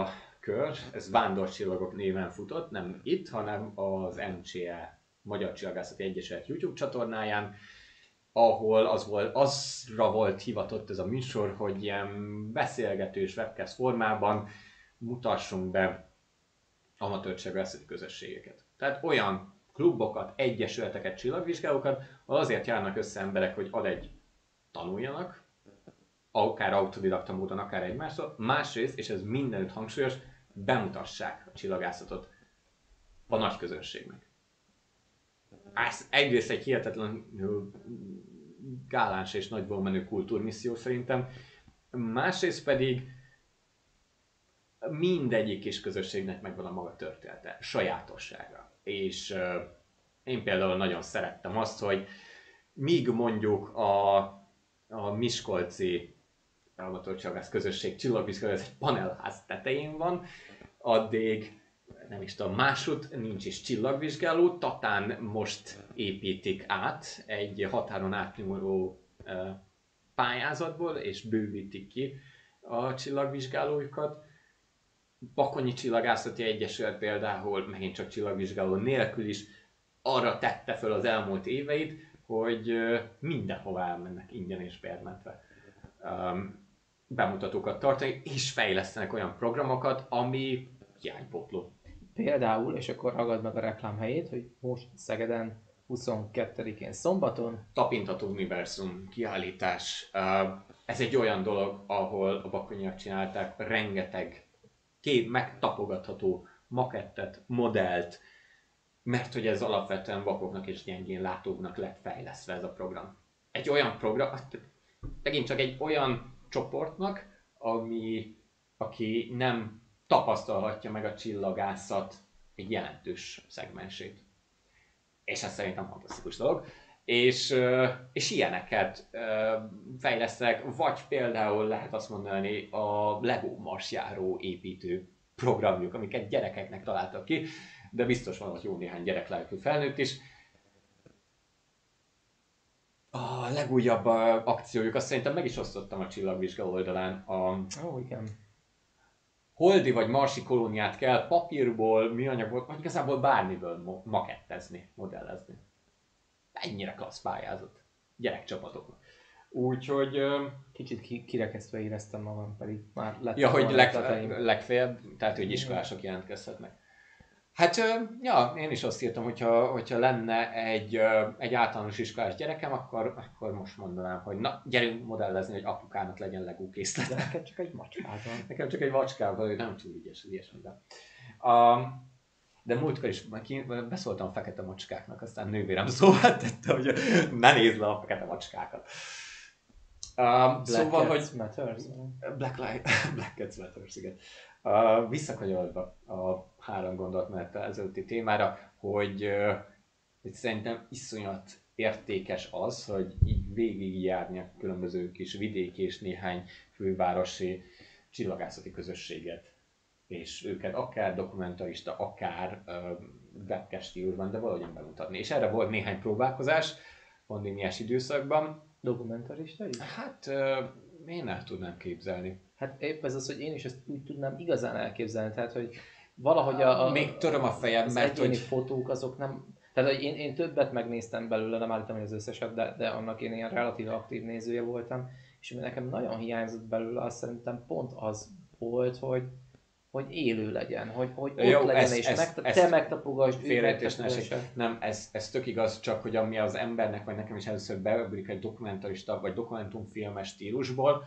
kör, ez Vándorcsillagok néven futott, nem itt, hanem az MCE, Magyar Csillagászati Egyesület YouTube csatornáján, ahol azra volt hivatott ez a műsor, hogy ilyen beszélgetős webcast formában mutassunk be amatőr csillagászati közösségeket. Tehát olyan klubokat, egyesületeket, csillagvizsgálókat, ahol azért járnak össze emberek, hogy tanuljanak, akár autodidakta módon, akár egymástól, másrészt, és ez mindenütt hangsúlyos, bemutassák a csillagászatot a nagy közönségnek. Ez egyrészt egy hihetetlenül gáláns és nagyból menő kultúrmisszió szerintem, másrészt pedig mindegyik kis közösségnek megvan a maga története, sajátossága. És én például nagyon szerettem azt, hogy míg mondjuk a miskolci amatőrcsillagász közösség csillagvizsgáló, ez egy panelház tetején van, addig nem is tudom, másút nincs is csillagvizsgáló, Tatán most építik át egy határon átnyúló pályázatból, és bővítik ki a csillagvizsgálójukat. Bakonyi Csillagászati Egyesület például megint csak csillagvizsgáló nélkül is arra tette föl az elmúlt éveit, hogy mindenhova elmennek ingyen és bérmentve bemutatókat tartani, és fejlesztenek olyan programokat, ami hiánypótló. Például, és akkor ragad meg a reklám helyét, hogy most Szegeden 22-én szombaton Tapintható univerzum kiállítás. Ez egy olyan dolog, ahol a bakonyiak csinálták rengeteg megtapogatható makettet, modellt, mert hogy ez alapvetően vakoknak és gyengén látóknak lett fejlesztve ez a program. Egy olyan program, megint csak egy olyan csoportnak, aki nem tapasztalhatja meg a csillagászat egy jelentős szegmensét. És ez szerintem fantasztikus dolog. És ilyeneket fejlesztek, vagy például lehet azt mondani a Lego marsjáró építő programjuk, amiket gyerekeknek találtak ki, de biztos van ott jó néhány gyereklelkű felnőtt is. A legújabb akciójuk, azt szerintem meg is osztottam a csillagvizsgáló oldalán. igen. Holdi vagy marsi kolóniát kell papírból, műanyagból, vagy igazából bármiből makettezni, modellezni. Ennyire klassz pályázat. Gyerekcsapatoknak. Úgyhogy... Kicsit kirekesztve éreztem magam, pedig már lett. Ja, hogy legfeljebb, tehát hogy iskolások jelentkezhetnek. Hát, ja, én is azt írtam, hogyha lenne egy általános iskolás gyerekem, akkor most mondanám, hogy na, gyerünk modellezni, hogy apukának legyen Lego készlet. De neked csak egy macskával. Nekem csak egy macskával, ő nem túl ügyes, ilyesmiben. De múltkor is beszóltam a fekete macskáknak, aztán nővérem szóval tette, hogy ne nézd le a fekete macskákat. Szóval, hogy Matters. Black Cats Matters, igen. Visszakanyarodva a 3 gondolatmenettel ezelőtti témára, hogy szerintem iszonyat értékes az, hogy így végigjárni a különböző kis vidéki és néhány fővárosi csillagászati közösséget. És őket akár dokumentarista, akár webcast stílusban, de valahogyan bemutatni. És erre volt néhány próbálkozás pandémiás időszakban. Dokumentarista is? Hát én el tudnám képzelni. Hát épp ez az, hogy én is ezt úgy tudnám igazán elképzelni, tehát hogy valahogy még töröm a fejem, mert egyéni fotók azok nem... Tehát hogy én többet megnéztem belőle, nem állítom, hogy az összeset, de annak én ilyen relatív aktív nézője voltam, és ami nekem nagyon hiányzott belőle, azt szerintem pont az volt, hogy élő legyen, hogy ott jó, legyen, és te megtapogasd, ő megtapogassa. Nem, ez tök igaz, csak hogy ami az embernek, vagy nekem is először beugrik egy dokumentarista, vagy dokumentumfilmes stílusból,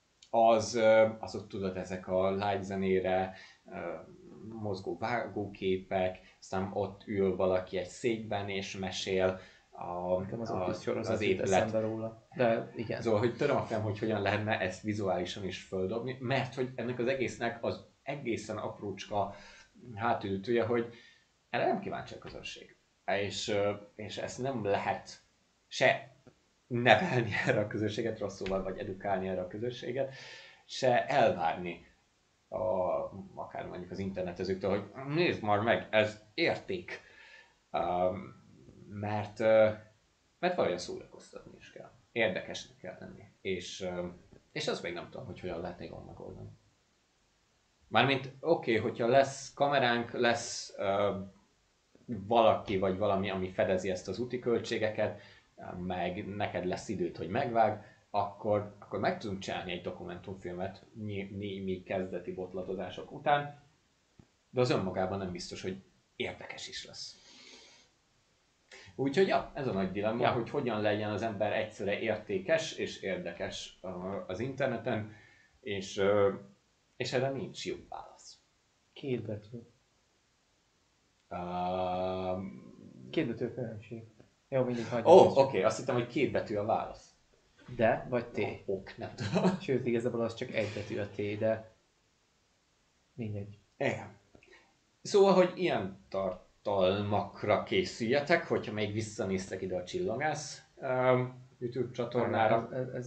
azok tudod, ezek a live zenére, mozgó vágóképek, aztán ott ül valaki egy székben és mesél az épület. Róla. De igen. Szóval, hogy töröm a fejem, hogy hogyan lehetne ezt vizuálisan is földobni, mert hogy ennek az egésznek az egészen aprócska hátulütője, hogy erre nem kíváncsi a közönség. És ezt nem lehet se nevelni erre a közösséget rosszul, vagy edukálni erre a közösséget, se elvárni akár mondjuk az internetezőktől, hogy nézd már meg, ez érték. Mert valójában szórakoztatni is kell. Érdekesnek kell lenni. És azt még nem tudom, hogy hogyan lehetne jól megoldani. Mármint oké, hogyha lesz kameránk, lesz valaki vagy valami, ami fedezi ezt az úti költségeket, meg neked lesz időt, hogy megvág, akkor meg tudunk csinálni egy dokumentumfilmet némi kezdeti botlatozások után, de az önmagában nem biztos, hogy érdekes is lesz. Úgyhogy ja, ez a nagy dilemma, hogy hogyan legyen az ember egyszerre értékes és érdekes az interneten, és erre nincs jó válasz. Két betű. Uh, Két betű a különbség. Jó, mindig hagyjuk. Oké, azt hittem, hogy két betű a válasz. De, vagy T. Nem tudom. Sőt, igazából az csak egy betű a T, de mindegy. Igen. Szóval, hogy ilyen tartalmakra készüljetek, hogyha még visszanéztek ide a Csillagász YouTube csatornára.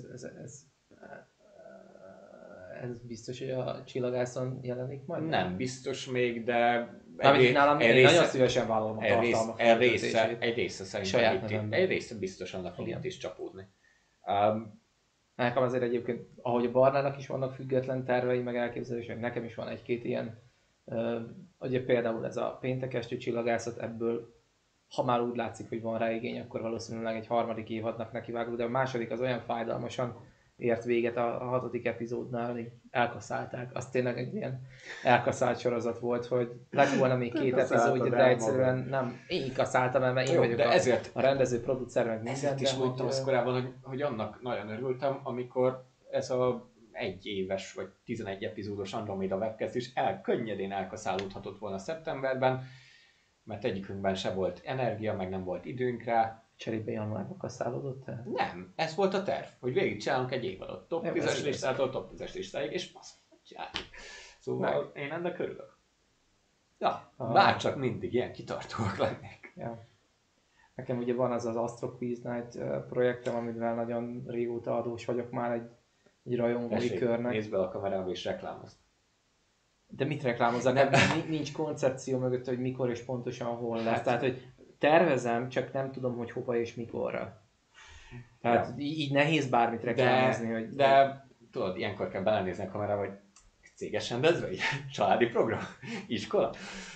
Ez biztos, hogy a Csillagászon jelenik majd? Nem biztos még, de nálam nagyon szívesen vállalom a tartalmak egy része szerintem egy része biztosan le fog itt is csapódni. Nekem azért egyébként, ahogy a Barnának is vannak független tervei, meg elképzelések, nekem is van egy-két ilyen. Ugye például ez a péntek esti Csillagászat, ebből ha már úgy látszik, hogy van rá igény, akkor valószínűleg egy harmadik évadnak nekivágok, de a második az olyan fájdalmasan ért véget a 6. epizódnál, hogy elkaszálták. Az tényleg egy ilyen elkaszált sorozat volt, hogy lett volna még 2 epizódja, de egyszerűen nem. Én kaszáltam, mert én vagyok a rendező, producer, meg minden. Ezért is mondtam azt korábban, hogy annak nagyon örültem, amikor ez a 1 éves vagy 11 epizódos Andromeda webcast is könnyedén elkaszálódhatott volna szeptemberben, mert egyikünkben se volt energia, meg nem volt időnk rá. Cserébe januárban kasszálódott el? Nem, ez volt a terv, hogy végigcsinálunk egy évadot. Top 10-es listától top 10-es listáig, és azt csináljuk. Szóval én ennek örülök. Ja, bárcsak mindig ilyen kitartóak lennék. Ja. Nekem ugye van az Astro Quiz Night projektem, amivel nagyon régóta adós vagyok már egy rajongói körnek. Nézd be a kamerába és reklámozd. De mit reklámozzak? Nincs koncepció mögött, hogy mikor és pontosan hol lesz. Tehát, hogy tervezem, csak nem tudom, hogy hova és mikorra. Tehát így nehéz bármit reklámozni. De tudod, ilyenkor kell belenézni a kamerába, hogy céges rendezvény, családi program, iskola.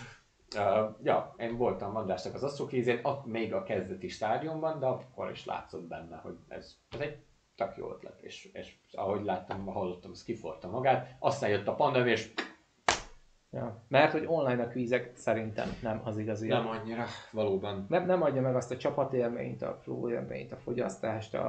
Én voltam Andrásnak az asztrokézén, még a kezdeti stádiumban, de akkor is látszott benne, hogy ez egy tök jó ötlet, és ahogy hallottam, az kiforta magát. Aztán jött a pandémia, és ja. Mert hogy online a kvízek szerintem nem az igazi. Nem annyira, valóban. Nem adja meg azt a csapatélményt, a flow élményt, a fogyasztást,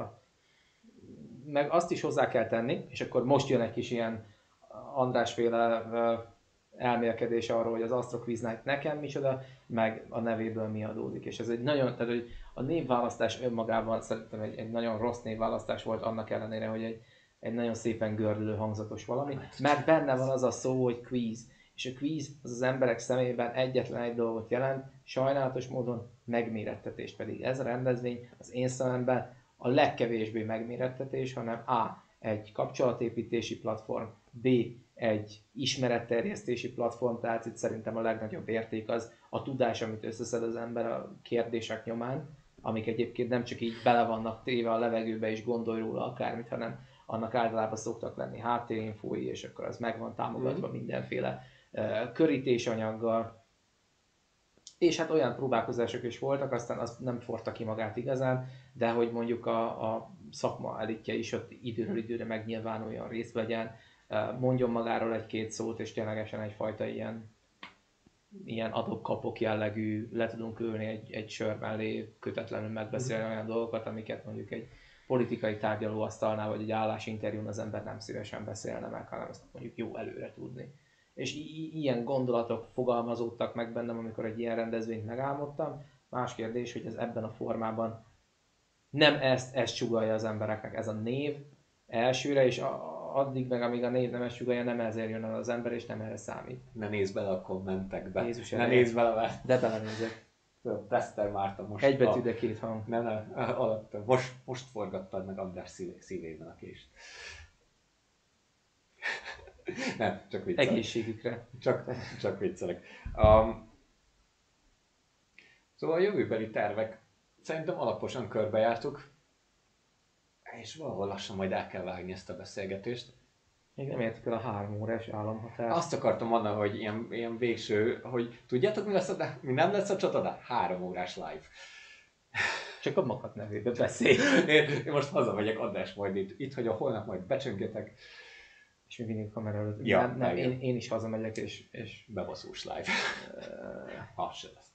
meg azt is hozzá kell tenni, és akkor most jön egy kis ilyen Andrásféle elmélkedés arról, hogy az Astro Quiz Night nekem micsoda, meg a nevéből mi adódik. És ez egy nagyon, tehát hogy a névválasztás önmagában szerintem egy nagyon rossz névválasztás volt, annak ellenére, hogy egy nagyon szépen gördülő hangzatos valami, mert benne van az a szó, hogy quiz. És a quiz az emberek szemében egyetlen egy dolgot jelent, sajnálatos módon megmérettetés, pedig ez a rendezvény az én szememben a legkevésbé megmérettetés, hanem A. egy kapcsolatépítési platform, B. egy ismeretterjesztési platform, tehát itt szerintem a legnagyobb érték az a tudás, amit összeszed az ember a kérdések nyomán, amik egyébként nem csak így bele vannak téve a levegőbe és gondolj róla akármit, hanem annak általában szoktak lenni háttérinfói, és akkor az meg van támogatva mindenféle körítésanyaggal. És hát olyan próbálkozások is voltak, aztán az nem forta ki magát igazán, de hogy mondjuk a szakma elitje is ott időről időre megnyilvánuljon, részt vegyen, mondjon magáról egy-két szót, és ténylegesen egyfajta ilyen adok-kapok jellegű, le tudunk ülni egy sör mellé, kötetlenül megbeszélni olyan dolgokat, amiket mondjuk egy politikai tárgyalóasztalnál, vagy egy állásinterjún az ember nem szívesen beszélne meg, hanem azt mondjuk jó előre tudni. És ilyen gondolatok fogalmazódtak meg bennem, amikor egy ilyen rendezvényt megálmodtam. Más kérdés, hogy ez ebben a formában nem ezt sugallja az embereknek, ez a név elsőre, és addig meg, amíg a név nem ezt sugallja, nem ezért jön el az ember, és nem erre számít. Ne nézz bele a kommentekbe. Jézus, ne nézz bele. De belenézek. Teszter Márta most. Egy betű, de két hang. Nem, alatt. Most forgattad meg András szívében a kést. Nem, csak viccelek. Egészségükre. Csak viccelek. Szóval a jövőbeli tervek szerintem alaposan körbejártuk, és valahol lassan majd el kell vágni ezt a beszélgetést. Még nem értük el a 3 órás államhatárt. Azt akartam mondani, hogy ilyen végső, hogy tudjátok mi nem lesz a csatadá? 3 órás live. Csak a magad nevében beszélj. Én most hazamegyek, András majd itt hogy a holnap majd becsöngetek. És még mindig kamera előtt. Ja, nem én is hazamegyek, és... Bebaszós live. Az se lesz.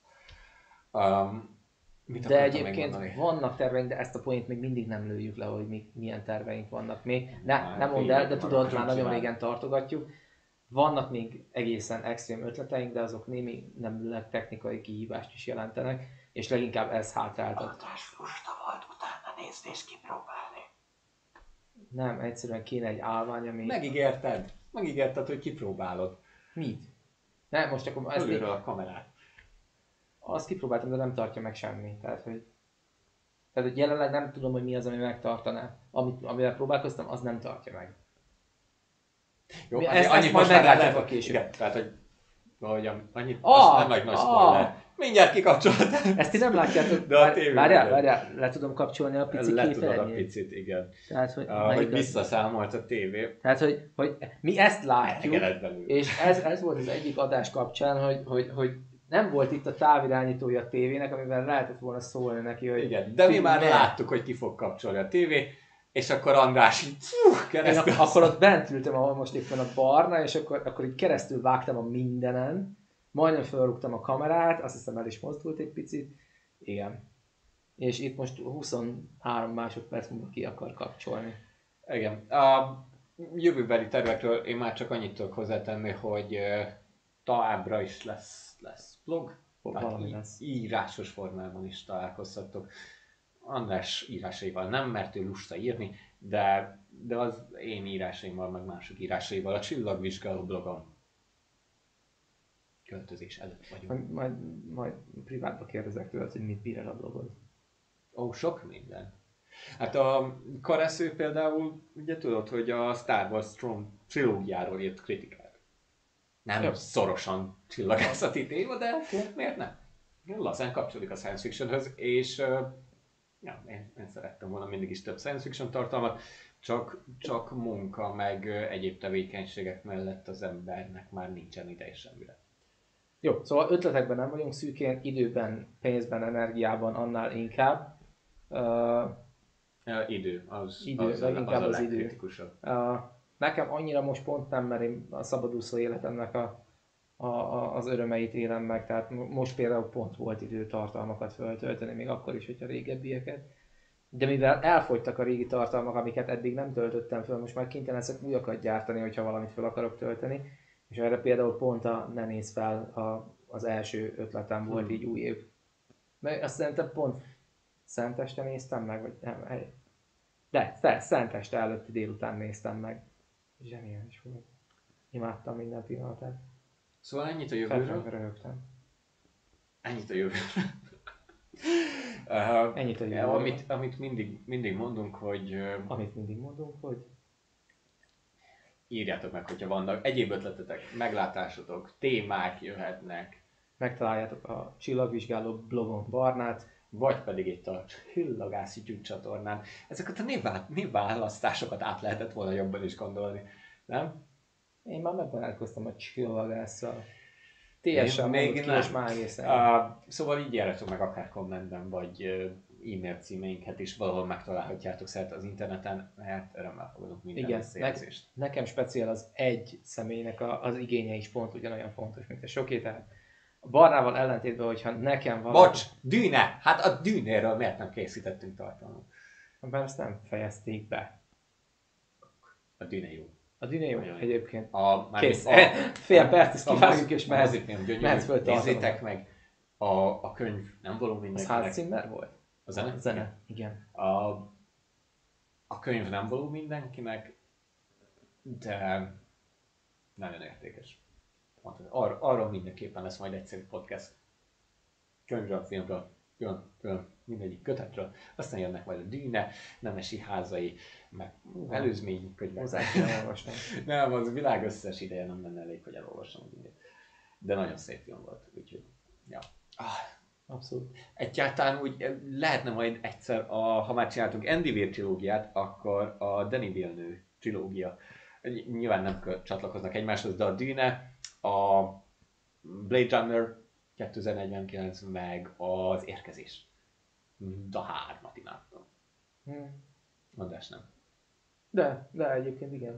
De egyébként vannak terveink, de ezt a poént még mindig nem lőjük le, hogy milyen terveink vannak még. Nem mondd el, de tudod, már nagyon régen tartogatjuk. Vannak még egészen extrém ötleteink, de azok némi nem technikai kihívást is jelentenek, és leginkább ez hátráltat. András lusta volt utána nézni és kipróbálni. Nem, egyszerűen kéne egy állvány, ami... Megígérted, hogy kipróbálod. Mit? Nem, most akkor... Előről a kamerát. Azt kipróbáltam, de nem tartja meg semmi. Tehát, hogy jelenleg nem tudom, hogy mi az, ami megtartaná. Amivel próbálkoztam, az nem tartja meg. Jó, ezt majd meglátjuk a később. Igen, tehát, hogy annyit, nem nagy spoiler. Mindjárt kikapcsoltam. Ezt ti nem látjátok. De a tévében. Várjál, le tudom kapcsolni a pici képernyőt? Le tudod a picit, igen. Tehát, hogy visszaszámolt a tévé. Tehát, hogy mi ezt látjuk, és ez volt az egyik adás kapcsán, hogy nem volt itt a távirányítója a tévének, amivel lehetett volna szólni neki, hogy... Igen, de mi már láttuk, hogy ki fog kapcsolni a tévé, és akkor András így keresztül... Akkor ott bent ültem, ahol most éppen a barna, és akkor így keresztül vágtam a mindenen, majdnem felrúgtam a kamerát, azt hiszem el is mozdult egy picit. Igen. És itt most 23 másodperc múlva ki akar kapcsolni. Igen. A jövőbeli tervekről én már csak annyit tudok hozzátenni, hogy továbbra is lesz blog. Valami lesz. Írásos formában is találkozhatok. András írásaival nem, mert ő lusta írni, de az én írásaimmal, meg mások írásaival a Csillagvizsgáló blogon. Költözés előtt vagyunk. Majd privátba kérdezek tőled, hogy mit bír el a blogod. Sok minden. Hát a Karesző például, ugye tudod, hogy a Star Wars trilógiáról írt kritikát. Nem szorosan csillagászati téma, de miért nem? Lazán kapcsolódik a science fictionhöz, és én szerettem volna mindig is több science fiction tartalmat, csak munka, meg egyéb tevékenységek mellett az embernek már nincsen ideje semmire. Jó, szóval ötletekben nem vagyunk szűkén, időben, pénzben, energiában annál inkább. Idő, leginkább az az idő. Nekem annyira most pont nem, mert én a szabadúszó életemnek az örömeit élem meg, tehát most például pont volt idő tartalmakat feltölteni, még akkor is, hogyha régebbieket. De mivel elfogytak a régi tartalmak, amiket eddig nem töltöttem föl, most már kénytelen leszek újakat gyártani, hogyha valamit fel akarok tölteni. És erre például pont a Ne nézz fel az első ötletem volt így új év. Mert azt szerintem pont Szenteste néztem meg, vagy nem, de Szenteste előtti délután néztem meg. Zseniális volt. Imádtam minden pillanatát. Szóval ennyit a jövőről. Röhögtem. Ennyit a jövőről. Ennyit a jövőről. Amit mindig mondunk, hogy... Írjátok meg, hogyha vannak egyéb ötletetek, meglátásotok, témák jöhetnek. Megtaláljátok a Csillagvizsgáló blogon Barnát, vagy pedig itt a Csillagász YouTube csatornán. Ezeket a névválasztásokat át lehetett volna jobban is gondolni, nem? Én már megbarátkoztam a Csillagásszal. Teljesen mondod ki, és már egészen. Szóval így járjatok meg akár kommentben, vagy e-mail címeinket is valahol megtalálhatjátok szerte az interneten, mert örömmel fogadunk minden visszajelzést. Nekem speciál az egy személynek az igénye is pont ugyanolyan fontos, mint a soké, tehát a Barnával ellentétben, hogyha nekem valami... Bocs! Dűne! Hát a Dűnéről miért nem készítettünk tartalmat? Mert ezt nem fejezték be. A Dűne jó. A Dűne jó egyébként. Kész. Fél perc, ezt kivágjuk és mehetsz föl tartalmat. Nézzétek meg, a könyv nem való mindenkinek. Az Hans volt? A zene? A zene, igen. A könyv nem való mindenkinek, de nagyon értékes. Arról mindenképpen lesz majd egyszerű podcast. Könyvről, filmről, mindegyik kötetről. Aztán jönnek majd a Dűne, Nemesi házai, meg előzménykönyvek. Hozzá kell elolvasni. Nem, az világ összes ideje nem lenne elég, hogy elolvassam a Dűnét. De nagyon szép film volt, úgyhogy, ja. Abszolút. Egyáltalán úgy lehetne majd egyszer, ha már csináltunk Andy Weir trilógiát, akkor a Denis Villeneuve trilógia nyilván nem csatlakoznak egymáshoz, de a Dune, a Blade Runner 2049, meg az Érkezés. De 3-at imádtam. András nem. De egyébként igen.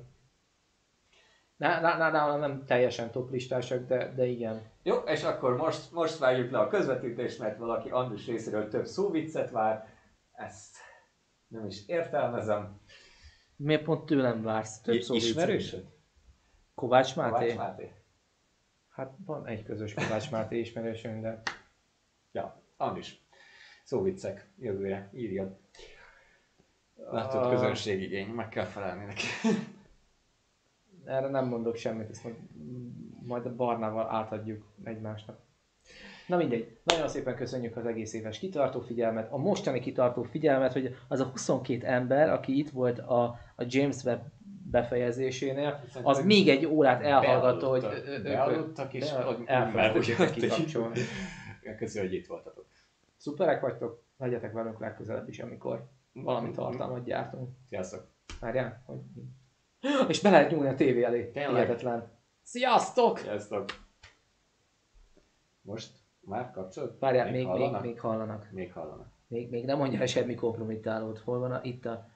Nálam nem teljesen top listásak, de igen. Jó, és akkor most vágjuk le a közvetítést, mert valaki Andris részéről több szóviccet vár. Ezt nem is értelmezem. Miért pont tőlem vársz több szóviccet? Ismerősöd? Kovács Máté? Kovács Máté? Hát van egy közös Kovács Máté ismerősünk, de... Ja, Andris. Szóviccek, jövőre, írjad. Látod, közönségigény, meg kell felelni neki. Erre nem mondok semmit, ezt majd a Barnával átadjuk egymásnak. Na mindegy, nagyon szépen köszönjük az egész éves kitartó figyelmet, a mostani kitartó figyelmet, hogy az a 22 ember, aki itt volt a James Webb befejezésénél, az még egy órát elhallgatta, hogy bealudtak és elfelejtették őket kikapcsolni. Köszönjük, hogy itt voltatok. Szuperek vagytok, legyetek velünk legközelebb is, amikor valami tartalmat gyártunk. Sziasztok! Várjál, hogy... És be lehet nyúlni a tévé elé. Hihetetlen. Sziasztok! Sziasztok! Most már kapcsolod? Várjál, még hallanak. Még hallanak. Még nem mondja semmi kompromittálót. Hol van itt a...